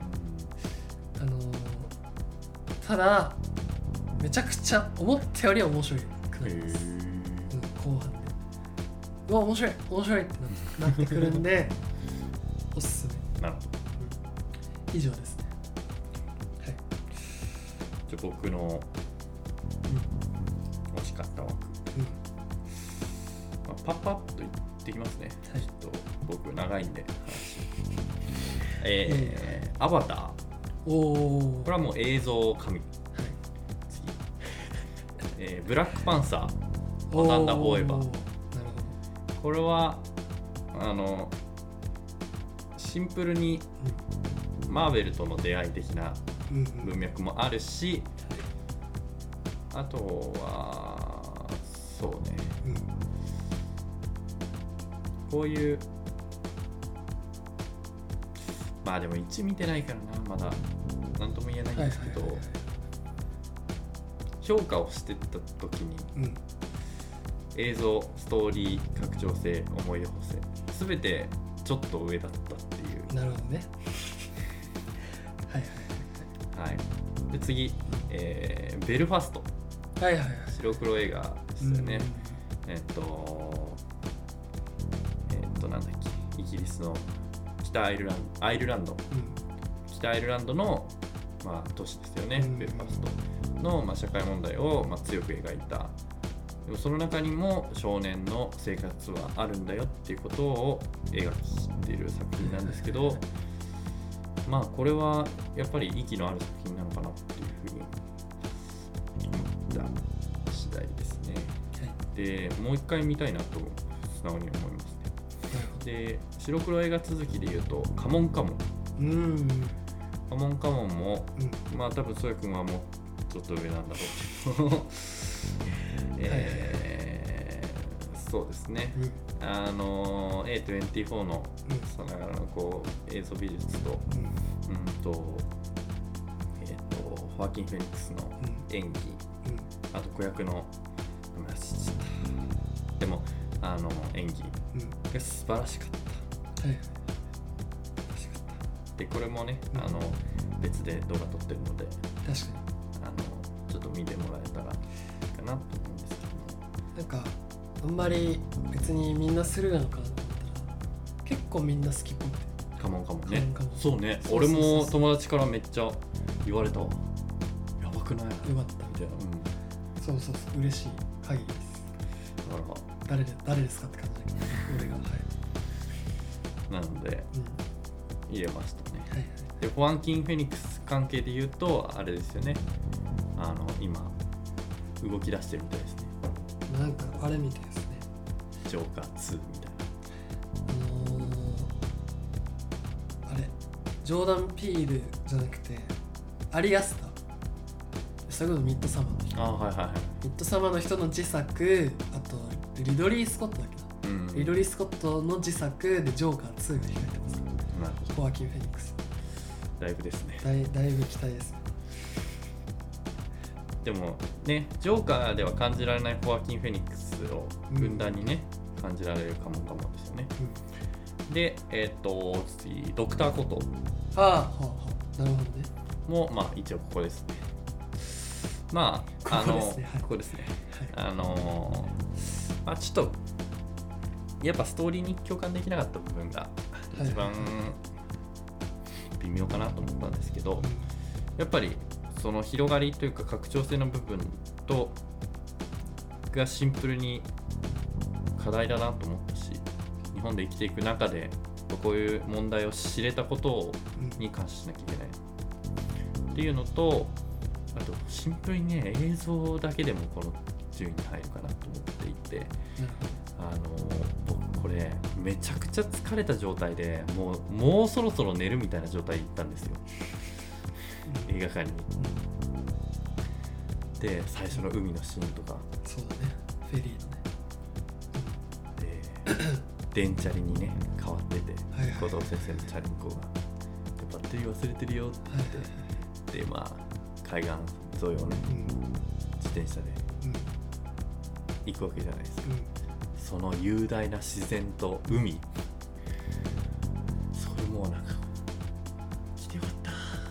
ただめちゃくちゃ思ったより面白くなります。後半でうわ面白いってなってくるんでおすすめ。 なるほど。 以上ですね。はい。 じゃあ僕の惜しかった枠、パッパッと言ってきますね。ちょっと僕長いんで話。アバター。これはもう映像神。次、ブラックパンサーワカンダフォーエバー。これはシンプルにマーベルとの出会い的な文脈もあるし、あとはそうね、こういうまあでも1見てないからな、まだ何とも言えないんですけど、評価をしてった時に、映像、ストーリー、拡張性、思い出補正、全てちょっと上だったっていう。 なるほどね。 はい。で次、ベルファスト。白黒映画ですよね。なんだっけ、イギリスの北アイルランド、北アイルランドの、 まあ、都市ですよね、ベルファストの、まあ、社会問題を、まあ、強く描いた。でもその中にも少年の生活はあるんだよっていうことを描きている作品なんですけど、まあこれはやっぱり息のある作品なのかなっていうふうに思った次第ですね。でもう一回見たいなと素直に思いますね。で白黒映画続きで言うとカモンカモン、カモンカモンも、まあ多分ソヤ君はもうちょっと上なんだろうけどそうですね、A24 のさながらのこう映像美術と、ホアキン・フェニックスの演技、あと子役のでも演技が素晴らしかった、でこれもね、別で動画撮ってるので確かにちょっと見てもらえたらいいかなと思うんですけど、 なんかあんまり別にみんなスルーなのかなと思ったら結構みんな好きっぽくて。 カモンカモンね。そうね、俺も友達からめっちゃ言われたわ。やばくない？よかったみたいな。そう嬉しい限りです。 だから誰ですかって感じだけど俺がなので、入れましたね。でホアキン・フェニックス関係で言うとあれですよね。今動き出してるみたいですね。 なんかあれみたいですね。 ジョーカー2みたいな。あれジョーダン・ピールじゃなくてアリアスター。それこそミッドサマーの人。ミッドサマーの人の自作、あとリドリー・スコットだっけな、リドリー・スコットの自作でジョーカー2が控えてますから。なるほど。ホアキン・フェニックス。 だいぶですね。 だいぶ期待ですね。 でもね、ジョーカーでは感じられないホアキン・フェニックスをふんだんにね、感じられるカモンカモンですよね。で、次ドクターコトー。 なるほどね。 もまあ一応ここですね。まあここですね。まあちょっとやっぱストーリーに共感できなかった部分が一番微妙かなと思ったんですけど、やっぱりその広がりというか拡張性の部分とがシンプルに課題だなと思ったし、日本で生きていく中でこういう問題を知れたことに感謝しなきゃいけないっていうのと、あとシンプルにね映像だけでもこの順位に入るかなと思っていて、僕これめちゃくちゃ疲れた状態でもうそろそろ寝るみたいな状態で行ったんですよ、映画館に。で最初の海のシーンとか、 そうだね、フェリーのね、で電チャリにね変わってて、後藤先生のチャリンコがバッテリー忘れてるよって言って、でまあ海岸沿いをね、自転車で行くわけじゃないですか、その雄大な自然と海、それもなんか来てよかった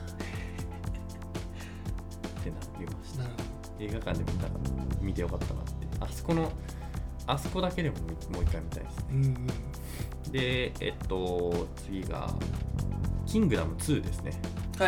ってなりました。映画館で見てよかったなって、あそこだけでももう一回見たいですね。で次がキングダム2ですね。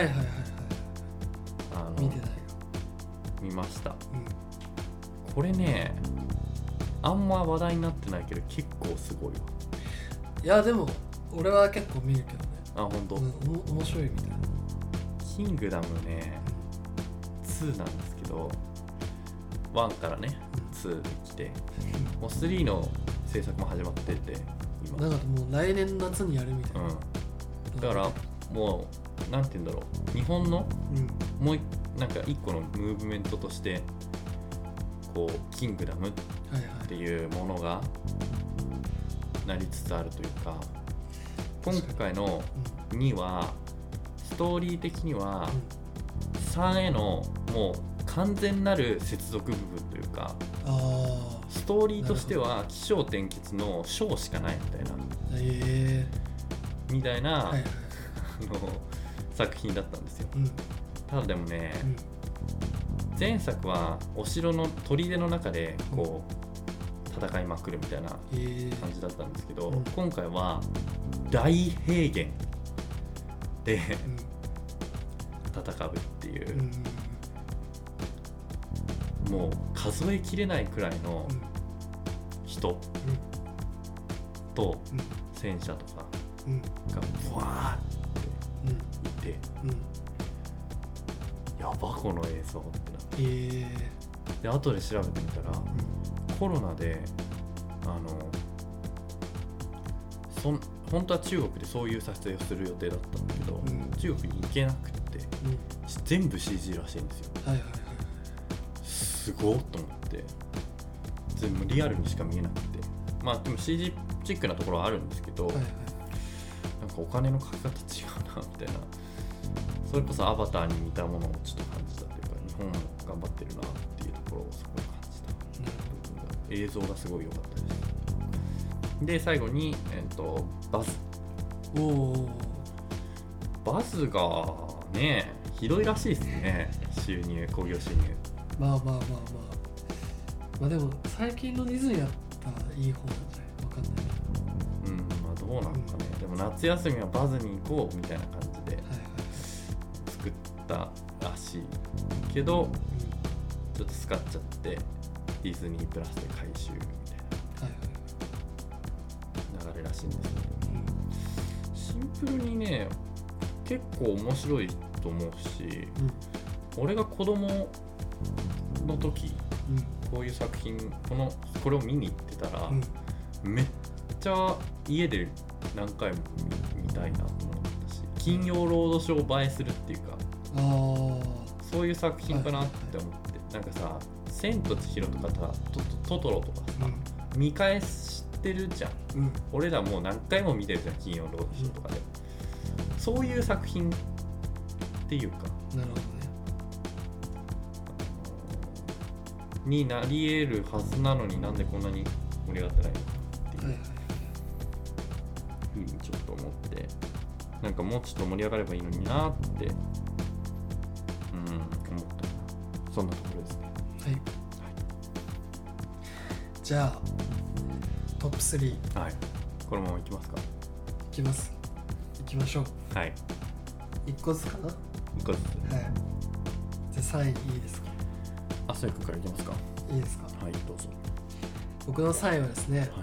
見てないよ。 見ました、これねあんま話題になってないけど結構すごいわ。 いやでも俺は結構見るけどね。 本当。 面白いみたいな。 キングダムね、2なんですけど1からね、2で来て、もう3の制作も始まってて、今なんかもう来年夏にやるみたいな、 だからもうなんて言うんだろう、日本の、もうなんか一個のムーブメントとしてこうキングダムっていうものがなりつつあるというか、今回の2はストーリー的には3へのもう完全なる接続部分というか、ストーリーとしては起承転結の章しかないみたいな、みたいな、作品だったんですよ、ただでもね、前作はお城の砦の中でこう戦いまくるみたいな感じだったんですけど、今回は大平原で戦戦うっていう、もう数えきれないくらいの人と戦車とかがブワーっていて、やばこの映像ってなって、で後で調べてみたら、コロナで本当は中国でそういう撮影をする予定だったんだけど、中国に行けなくて、全部 CG らしいんですよ。すごっと思って、全部リアルにしか見えなくて、まあでも CG チックなところはあるんですけど、なんかお金のかけ方違うなみたいな、それこそアバターに似たものをちょっと感じたというか、日本も頑張ってるなっていうところをすごい感じた。映像がすごい良かったです。で最後に、バズ。バズがねひどいらしいですね、興行収入。 まあでも最近のディズニーやったらいい方なんじゃないか分かんないけど、 まあどうなんかね、でも夏休みはバズに行こうみたいな感じで作ったらしいけど、ちょっと使っちゃってディズニープラスで回収みたいな流れらしいんですけど、シンプルにね結構面白いと思うし、俺が子供の時、こういう作品これを見に行ってたら、めっちゃ家で何回も 見たいなと思ったし、金曜ロードショー映えするっていうか、そういう作品かなって思って、なんかさ千と千尋とかトトロとかさ、見返してるじゃん、俺らもう何回も見てるじゃん、金曜ロードショーとかで、そういう作品っていうか、 なるほどね、 になり得るはずなのに、なんでこんなに盛り上がってないのかっていうふうにちょっと思って、なんかもうちょっと盛り上がればいいのになって思った、そんなところですね。 はい、じゃあトップ3、 はい、このままいきますか。 いきましょう。 はい、 1個ずつかな。 1個ずつ、 はい。じゃあ3位いいですか。 そういうからいきますか。 いいですか。 はい、どうぞ。 僕の3位はですね、 はい、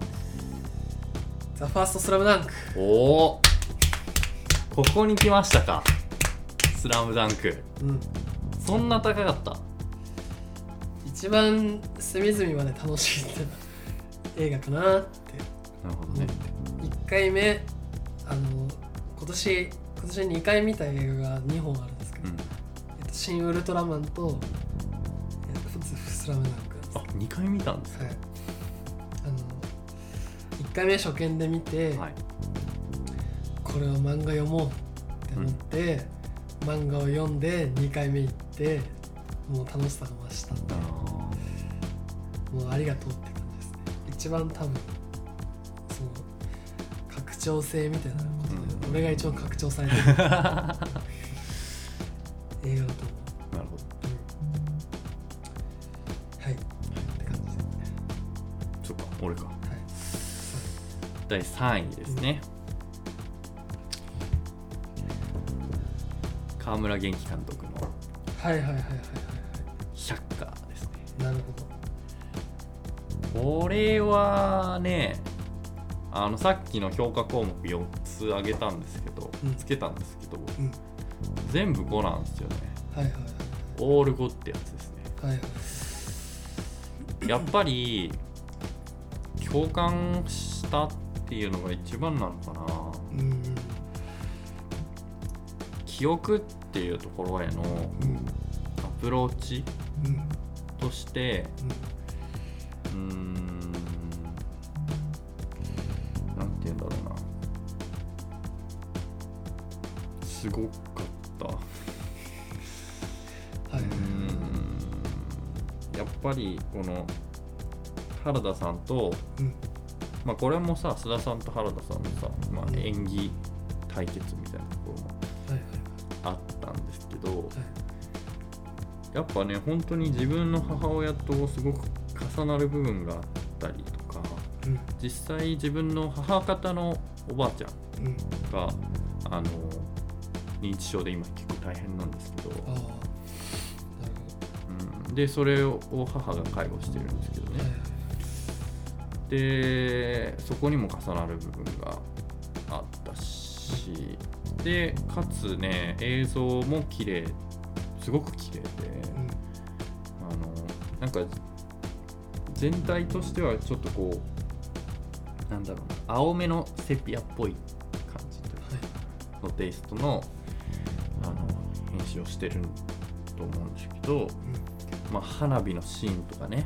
ザ・ファーストスラムダンク。 ここに来ましたか。スラムダンク、そんな高かった。 一番隅々まで楽しい映画かなって。 なるほどね。 1回目今年2回見た映画が2本あるんですけど、シン・ウルトラマンとスラムダンクなんです。 2回見たんですか。はい、 1回目初見で見て、これは漫画読もうって思って、漫画を読んで2回目行って、もう楽しさが増したんで、もうありがとうって感じですね。一番多分その拡張性みたいなことで、俺が一番拡張されてる映画だと思う。 なるほど。 はい、って感じですね。 そっか、俺か。 はい、 第3位ですね。川村元気監督の百花ですね。 なるほど。これはね、さっきの評価項目4つ挙げたんですけど、つけたんですけど、全部5なんですよね。オール5ってやつですね。やっぱり共感したっていうのが一番なのかな。記憶っていうところへのアプローチとして、なんて言うんだろうな、すごかった。やっぱりこの原田さんと、まあこれもさ、須田さんと原田さんのさ、まあ、演技対決みたいなところもあったんですけど、やっぱね、本当に自分の母親とすごく重なる部分があったりとか、実際自分の母方のおばあちゃんが、認知症で今結構大変なんですけど、でそれを母が介護してるんですけどね、でそこにも重なる部分があったし、でかつね映像も綺麗、すごく綺麗で、なんか全体としてはちょっとこうなんだろうな、青めのセピアっぽい感じというか、のテイストの編集をしてると思うんですけど、まあ、花火のシーンとかね、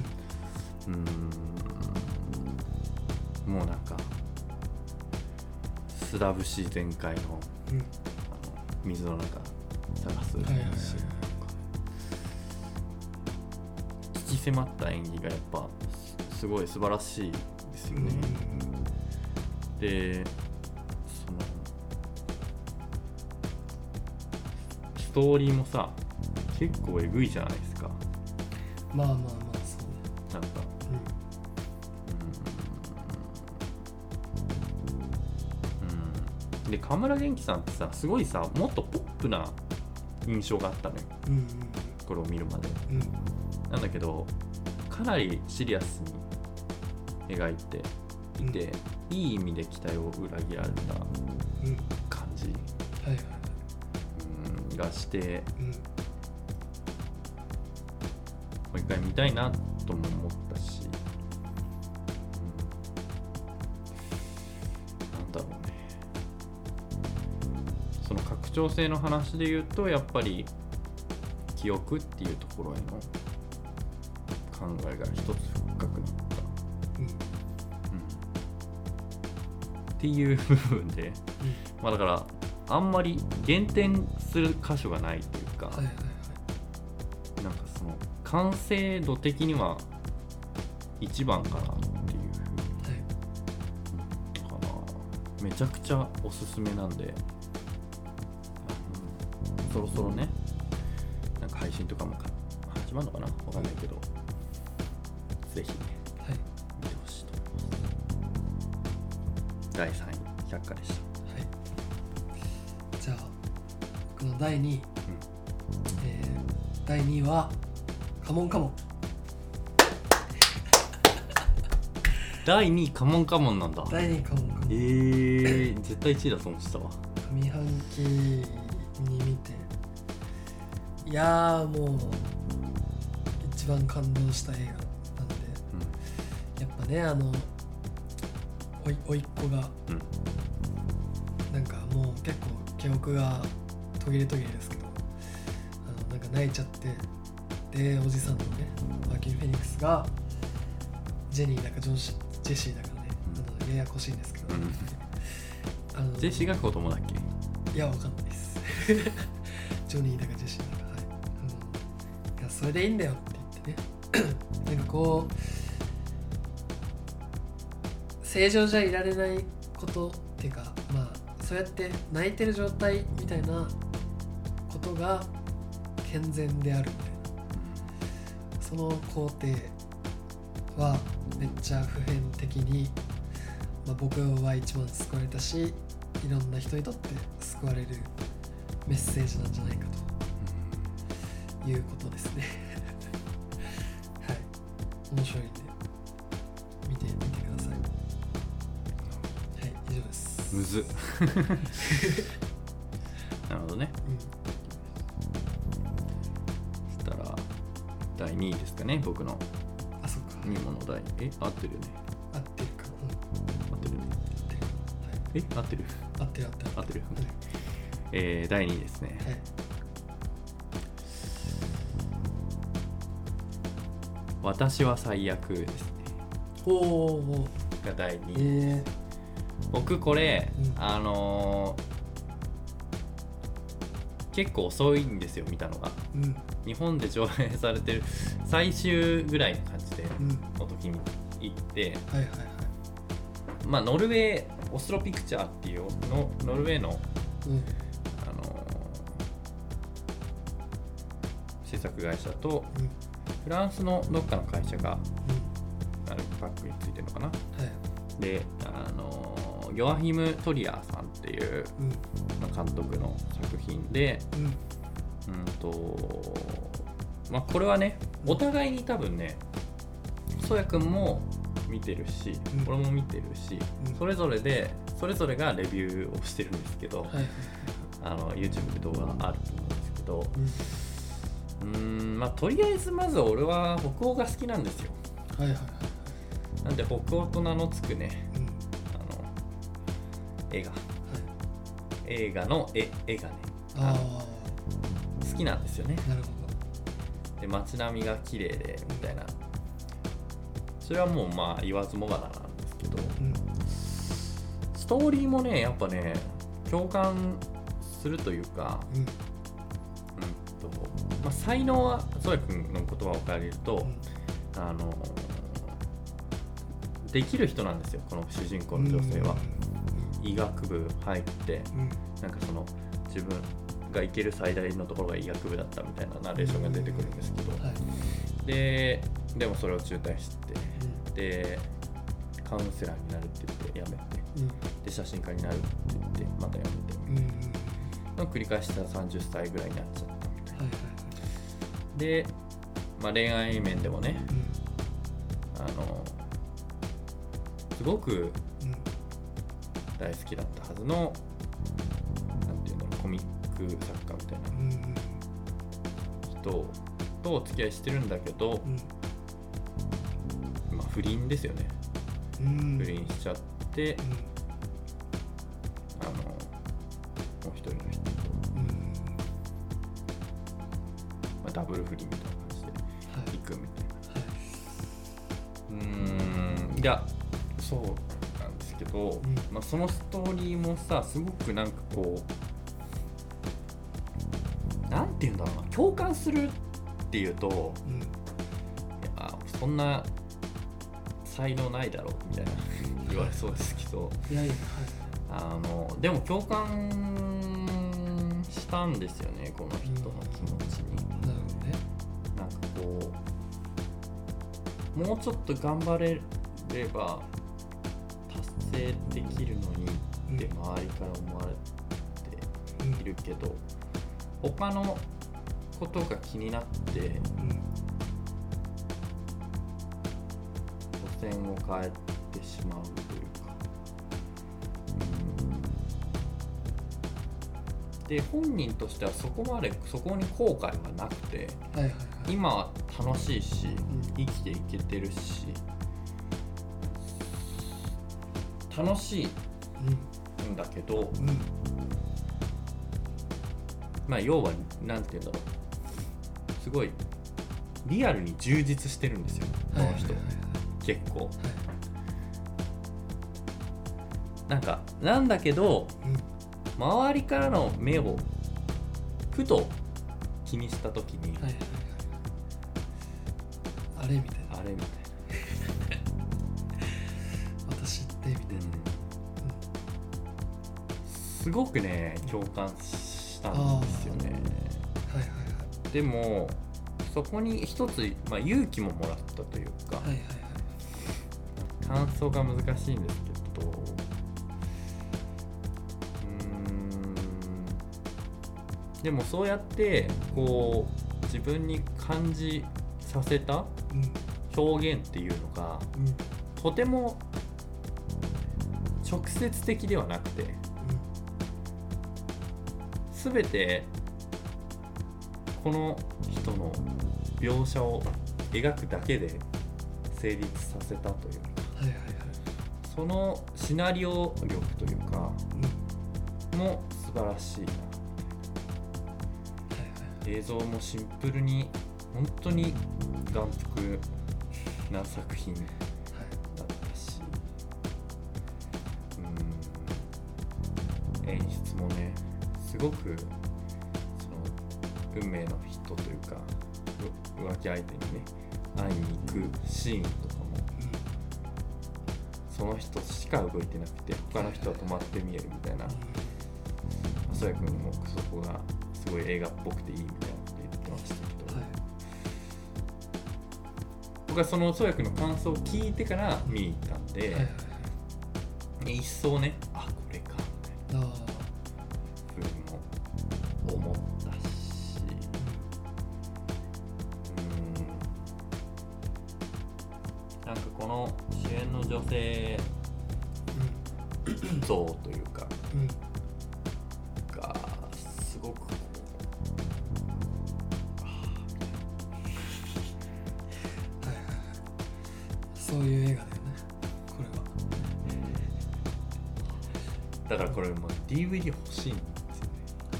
もうなんかスラブシ全開の、水の中探すシーンとか、引き迫った演技がやっぱすごい素晴らしいですよね。でそのストーリーもさ結構えぐいじゃないですか。 まあそうね。 なんか、で河村元気さんってさすごいさもっとポップな印象があったのよ、これを見るまで、なんだけどかなりシリアスに描いていて、いい意味で期待を裏切られた感じがして、もう一回見たいなとも思ったし、なんだろうね、その拡張性の話で言うとやっぱり記憶っていうところへの考えが一つ深くなった、っていう部分で、まあだからあんまり減点する箇所がないというか、なんかその完成度的には一番かなっていうふうに、かな、めちゃくちゃおすすめなんで、そろそろねなんか配信とかも始まるのかな、わかんないけど、ぜひね、見てほしいと思います。第3位百花でした。 じゃあ僕の第2位、第2位はカモンカモン。 第2位カモンカモンなんだ。 第2位カモンカモン。 絶対1位だと思ってたわ。 上半期に見て、いやーもう一番感動した映画なんで、やっぱねおいっ子が、なんかもう結構記憶が途切れですけど、なんか泣いちゃって、でおじさんのねマーキン・フェニックスがジェニーだかジェシーだかね、ややこしいんですけど、 ジェシーが子供だっけ？ いやわかんないですジョニーだかジェシーだか、いやそれでいいんだよって言ってねなんかこう正常じゃいられないことっていうか、まあそうやって泣いてる状態みたいなことが健全であるみたいな、その工程はめっちゃ普遍的に、僕は一番救われたし、いろんな人にとって救われるメッセージなんじゃないかということですねはい、面白いんで見てください。はい、以上です。 むずなるほどね、そしたら第2位ですかね、僕の。 あ、そっか、 2位の第合ってるよね。 合ってるか、 合ってるね。合ってる、 合ってる、 合ってる、第2位ですね、私は最悪ですね。が第2位、僕これ、結構遅いんですよ見たのが、日本で上映されてる最終ぐらいの感じで、お時に行って、まあノルウェーオスロピクチャーっていうノルウェーの、制作会社と、フランスのどっかの会社が、バックについてるのかな、でヨアヒム・トリアーさんっていう、監督の作品で、これはねお互いに多分ね細谷くんも見てるし、俺も見てるし、それぞれがレビューをしてるんですけど、YouTube で動画があると思うんですけど、とりあえずまず俺は北欧が好きなんですよ。なんで北欧と名の付くね、映画の絵がね好きなんですよね。 なるほど。で街並みが綺麗でみたいな、それはもう言わずもがななんですけど、ストーリーもねやっぱね共感するというか、才能はそうやくんの言葉を借りると、できる人なんですよこの主人公の女性は。医学部入って、なんかその自分が行ける最大のところが医学部だったみたいなナレーションが出てくるんですけど、でもそれを中退して、でカウンセラーになるって言って辞めて、で写真家になるって言ってまた辞めて、の繰り返したら30歳ぐらいになっちゃったみたいな。で、恋愛面でもね、すごく大好きだったはずの、なんていうんだろう、コミック作家みたいな人とお付き合いしてるんだけど、不倫ですよね。不倫しちゃって、もう一人の人と、ダブル不倫みたいな感じで行くみたいな。いや、そうなんですけど、そのストーリーもさ、すごくなんかこう、なんていうんだろうな、共感するっていうと、いやそんな才能ないだろうみたいな言われそうですけど、でも共感したんですよね、この人の気持ちに。なんかこう、もうちょっと頑張れれば達成できるのにって周りから思われているけど、他のことが気になって、路線を変えてしまうというか、で本人としてはそこに後悔はなくて、今は楽しいし、生きていけてるし、楽しいんだけど、要はなんていうんだろう、すごいリアルに充実してるんですよ、この人。結構なんだけど、周りからの目をふと気にしたときに、 あれみたいな私ってみたいな、すごくね共感したんですよね。でもそこに一つ、勇気ももらったというか、感想が難しいんですけど、でもそうやってこう自分に感じさせた表現っていうのが、とても直接的ではなくて、全てこの人の描写を描くだけで成立させたというか、そのシナリオ力というか、も素晴らしいな。映像もシンプルに本当に眼福な作品だったし、演出もねすごくその運命の人というか浮気相手にね会いに行くシーンとかも、その人しか動いてなくて他の人は止まって見えるみたいな。細谷君もそこがすごい映画っぽくていいみたいなこと言ってましたけど、僕はその細谷君の感想を聞いてから見に行ったんで、 一層ね、あ、これかみたいなふうにも思ったし、なんかこの主演の女性像というか、がすごくこうそういう映画だよね、これは。だからこれもう DVD 欲しいんですよね。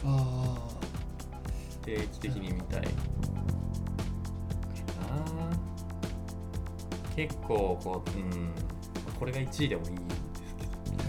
定期的に見たいかな。結構こう、これが1位でもいいんですけど、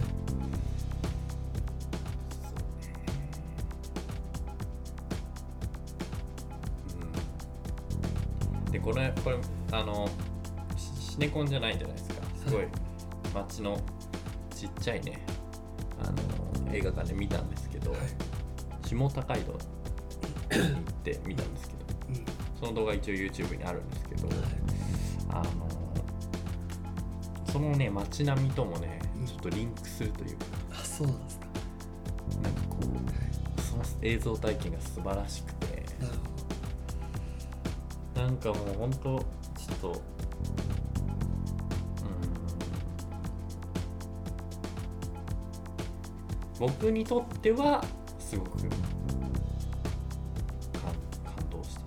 でこれシネコンじゃないじゃないですか。すごい街のちっちゃいね映画館で見たんですけど、下高井戸に行って見たんですけど、その動画一応 YouTube にあるんですけど、そのね街並みともねちょっとリンクするというか、 そうなんですか。 なんかこう、その映像体験が素晴らしくて、なんかもう本当ちょっと僕にとってはすごく感動した、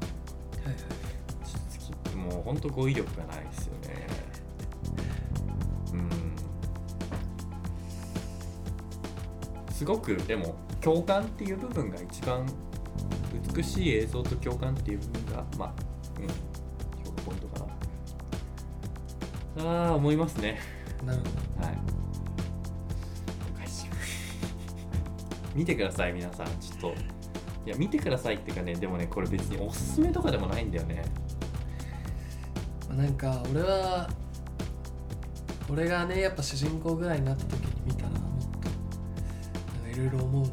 もう本当語彙力がないですよね。すごくでも共感っていう部分が一番美しい映像と共感っていう部分が評価ポイントかな思いますね。 なるほど。 はい。見てください皆さん。ちょっといや見てくださいっていうかね、でもねこれ別におすすめとかでもないんだよね。 なんか俺がねやっぱ主人公ぐらいになった時に見たらもっといろいろ思うのかなみたいな思った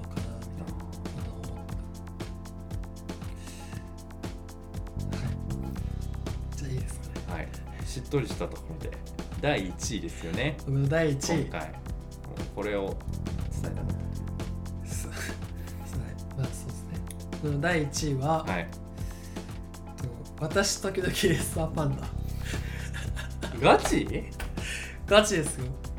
。はい。じゃあいいですかね。 はい。しっとりしたところで第1位ですよね。 僕の第1位。 今回もうこれを伝えたかった。 まあそうですね。この第1位は、私時々レッサーパンダ。 ガチですよ。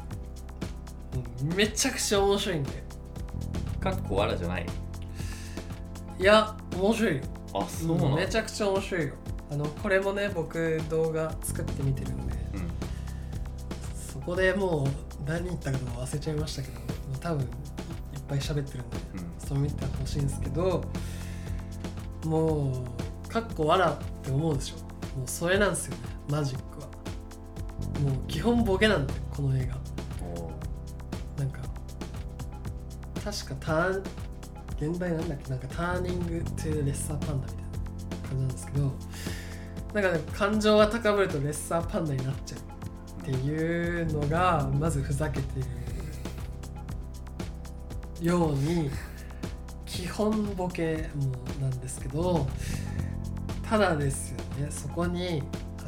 めちゃくちゃ面白いんで。 かっこわらじゃない。 いや面白いよ。 あ、そうなの。 めちゃくちゃ面白いよ。これもね僕動画作ってみてるんで、そこでもう何言ったか忘れちゃいましたけど、多分いっぱい喋ってるんで、そう見てほしいんですけど、もうかっこわらって思うでしょ。もうそれなんですよね、マジックは。もう基本ボケなんでこの映画。なんか確か現代なんだっけ、なんかターニングトゥレッサーパンダみたいな感じなんですけど、なんか、ね、感情が高ぶるとレッサーパンダになっちゃうっていうのがまずふざけているように基本ボケもなんですけど、ただですよね、そこに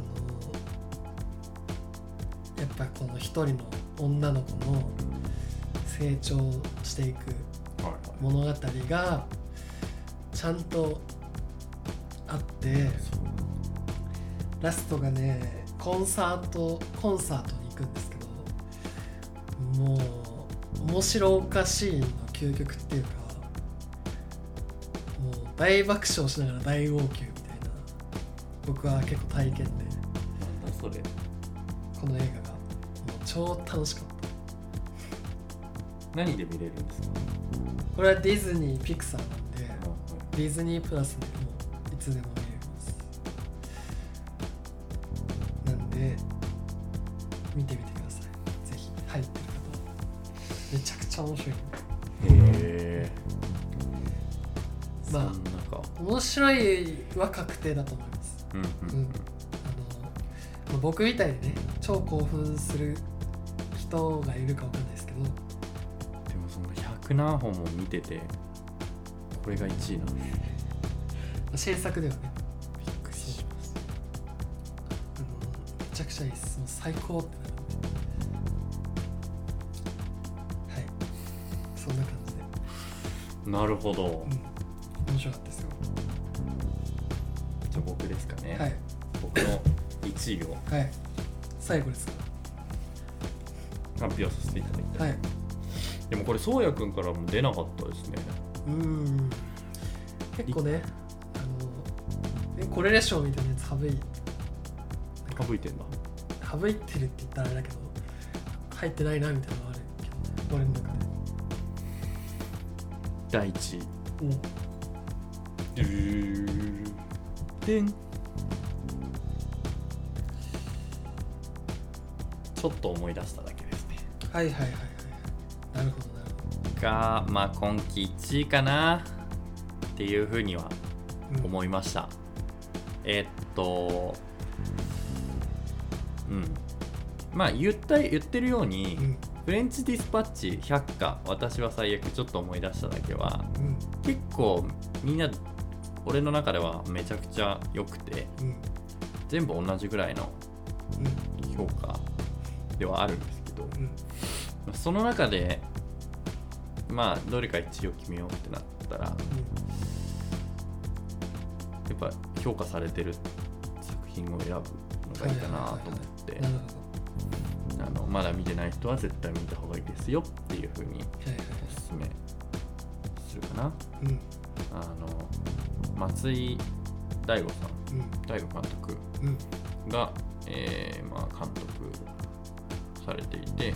やっぱこの一人の女の子の成長していく物語がちゃんとあって、ラストがねコンサートに行くんですけど、もう面白おかしいの究極っていうか、もう大爆笑しながら大号泣みたいな、僕は結構体験で、 なんだそれ、 この映画がもう超楽しかった。 何で見れるんですか？ これはディズニーピクサーなんで、ディズニープラスでもういつでも見れます。なんで見てみてください、ぜひ。入ってる方はめちゃくちゃ面白い。まあ面白いは確定だと思います。僕みたいにね超興奮する人がいるかわかんないですけど、 でもその100何本も見ててこれが1位なの。 制作ではね、びっくりします。めちゃくちゃいいです。もう最高ってなるんで、 なるほど、 面白かったですよ。 じゃあ僕ですかね。 はい、 僕の1位を、 はい、最後ですか。 発表させていただきたい、 はい、 でもこれそうやくんからも出なかったですね。 結構ね、これでしょみたいなやつ省いてんだ。 省いてるって言ったらあれだけど入ってないなみたいなのがあるけどね、俺の中で。 第1位、でん、ちょっと思い出しただけですね。 はいはいはいはい、なるほどなるほど。 がまあ今季1位かなっていうふうには思いました、まあ言ってるように、フレンチディスパッチ百科私は最悪ちょっと思い出しただけは、結構みんな俺の中ではめちゃくちゃ良くて、全部同じぐらいの評価ではあるんですけど、その中でまあどれか1位を決めようってなったら、やっぱ評価されてる作品を選ぶのがいいかなと思って、まだ見てない人は絶対見た方がいいですよっていう風におすすめするかな。松井大悟さん、大悟監督が、まあ、監督されていて、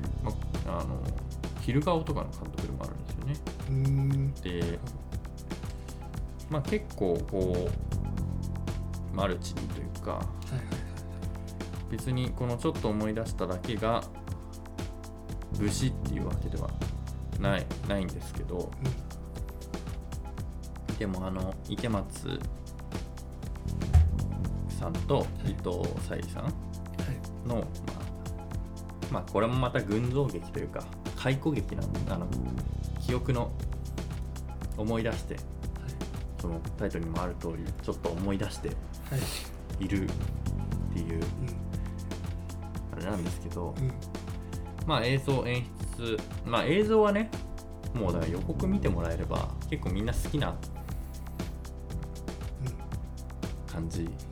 昼顔とかの監督でもあるんですよね。で、まあ、結構こうマルチにというか、別にこのちょっと思い出しただけが武士っていうわけではないんですけど、でも池松さんと伊藤沙莉さんの、まあこれもまた群像劇というか回顧劇なんで、記憶の思い出して、そのタイトルにもある通りちょっと思い出しているっていう、あれなんですけど、まあ映像演出、まあ映像はね、もうだから予告見てもらえれば結構みんな好きな感じなのか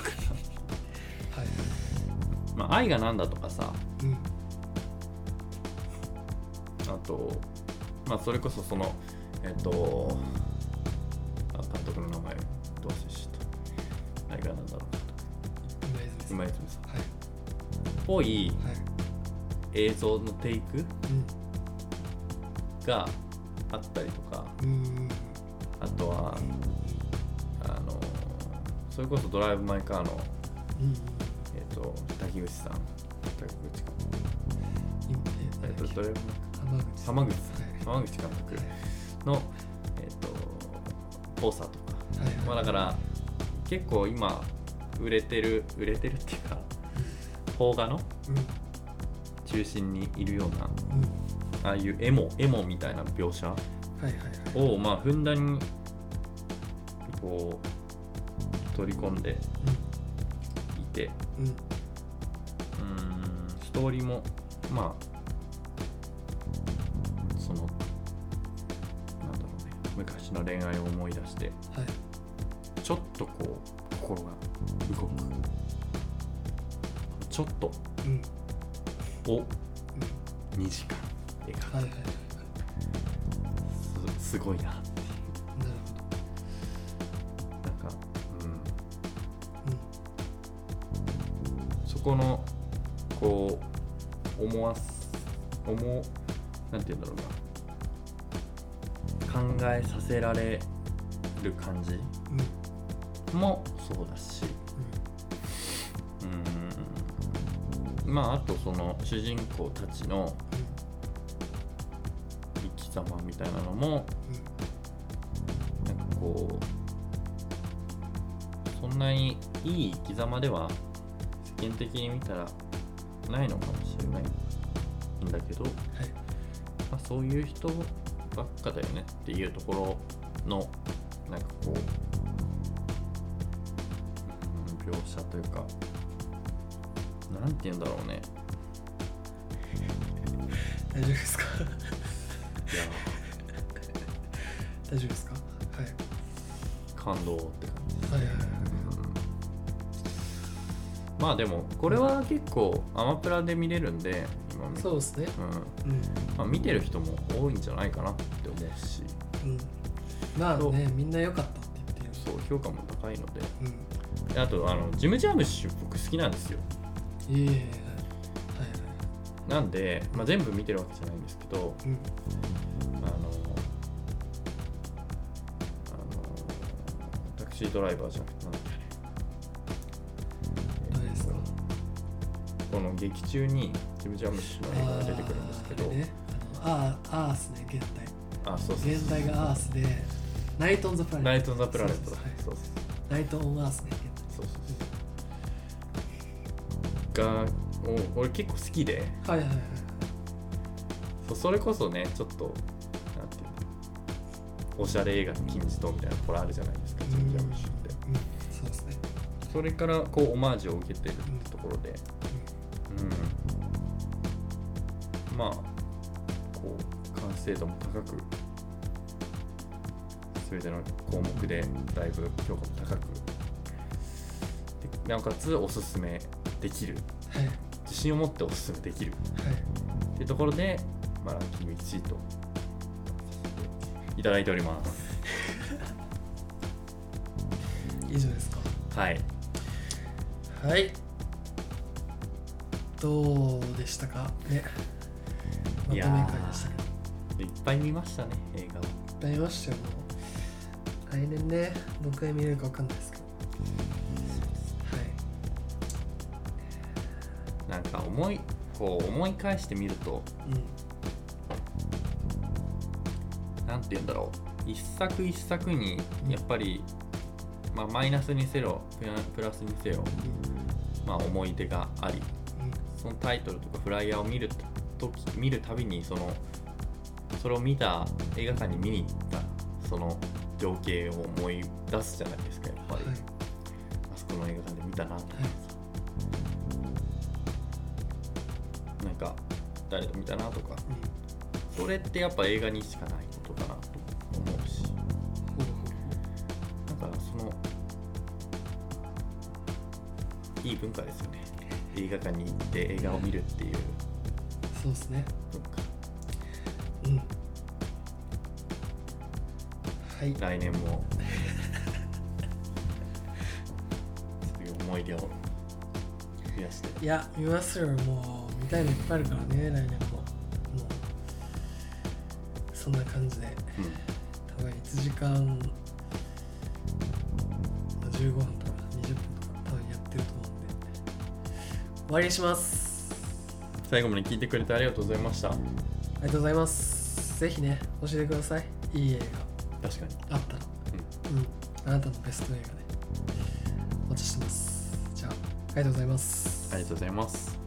な。まあ愛がなんだとかさ、あとまあそれこそその監督の名前どう忘れしちゃった。愛がなんだろう、今泉さんぽい映像のテイクがあったりとか、あとはそれこそドライブ・マイ・カーの、滝口さん、ドライブ・浜口監督の、ポーサーとか、まあだから結構今売れてるっていうか、邦画の中心にいるような、ああいうエモみたいな描写をまあふんだんにこう取り込んでいて、ストーリーもまあそのなんだろうね、昔の恋愛を思い出して、ちょっとこう心が動く、ちょっとを2時間描く、すごいなっていう。なんかそこのこうなんて言うんだろうな、考えさせられる感じもそうだし、まああとその主人公たちの生き様みたいなのも、なんかこうそんなにいい生き様では世間的に見たらないのかもしれないんだけど、まあ、そういう人ばっかだよねっていうところのなんかこう、描写というか、なんて言うんだろうね。 大丈夫ですか？ いや大丈夫ですか？はい。 感動って感じです。 はいはいはい。 まあでもこれは結構アマプラで見れるんで、 今そうですね。 まあ、見てる人も多いんじゃないかなって思うし、 まあね、みんな良かったって言ってる。 そう評価も高いので、であとジム・ジャームッシュ僕好きなんですよ。なんで、まあ、全部見てるわけじゃないんですけど、タクシードライバーじゃなくてなんだっけ、 誰ですか？ この劇中にジム・ジャームッシュの映画が出てくるんですけど、 アースね、現代。 そう現代がアースで、ナイト・オン・ザ・プラネット。 ナイト・オン・ザ・プラネットだ。そうナイト・オン・アースね。 そうが俺結構好きで、それこそね、ちょっとなんていうの、おしゃれ映画の金字塔みたいなところあるじゃないですか、ジム・ジャームッシュって。 そうですね。 それからこうオマージュを受けてるってところで、まあこう完成度も高く、全ての項目でだいぶ評価も高く、でなおかつおすすめできる、自信を持っておすすめできる、っていうところで、まあ、ランキング1位といただいております。 以上ですか？ はいどうでしたかね。まとめ会でしたけど、いっぱい見ましたね、映画を。いっぱい見ましたよ。来年ね、どのくらい見れるか分かんないですけど、 なんか思い返してみると、なんて言うんだろう、一作一作にやっぱり、まあ、マイナスにせよプラスにせよ、まあ、思い出があり、そのタイトルとかフライヤーを見るたびにそれを見た映画館に見に行ったその情景を思い出すじゃないですか、やっぱり、あそこの映画館で見たなとか、なんか誰と見たなとか、それってやっぱ映画にしかないことかなと思うし、なんかいい文化ですよね、映画館に行って映画を見るっていう。 そうですね。 来年もそういう思い出を増やして。 いや、見ますよ。もう見たいのいっぱいあるからね、来年も。もうそんな感じで、多分1時間15分とか20分とか多分やってると思うんで、終わりにします。 最後まで聞いてくれてありがとうございました。ありがとうございます。ぜひね、教えてください。いい映画確かにあったら、あなたのベスト映画でお待ちしてます。じゃあ、ありがとうございます。 ありがとうございます。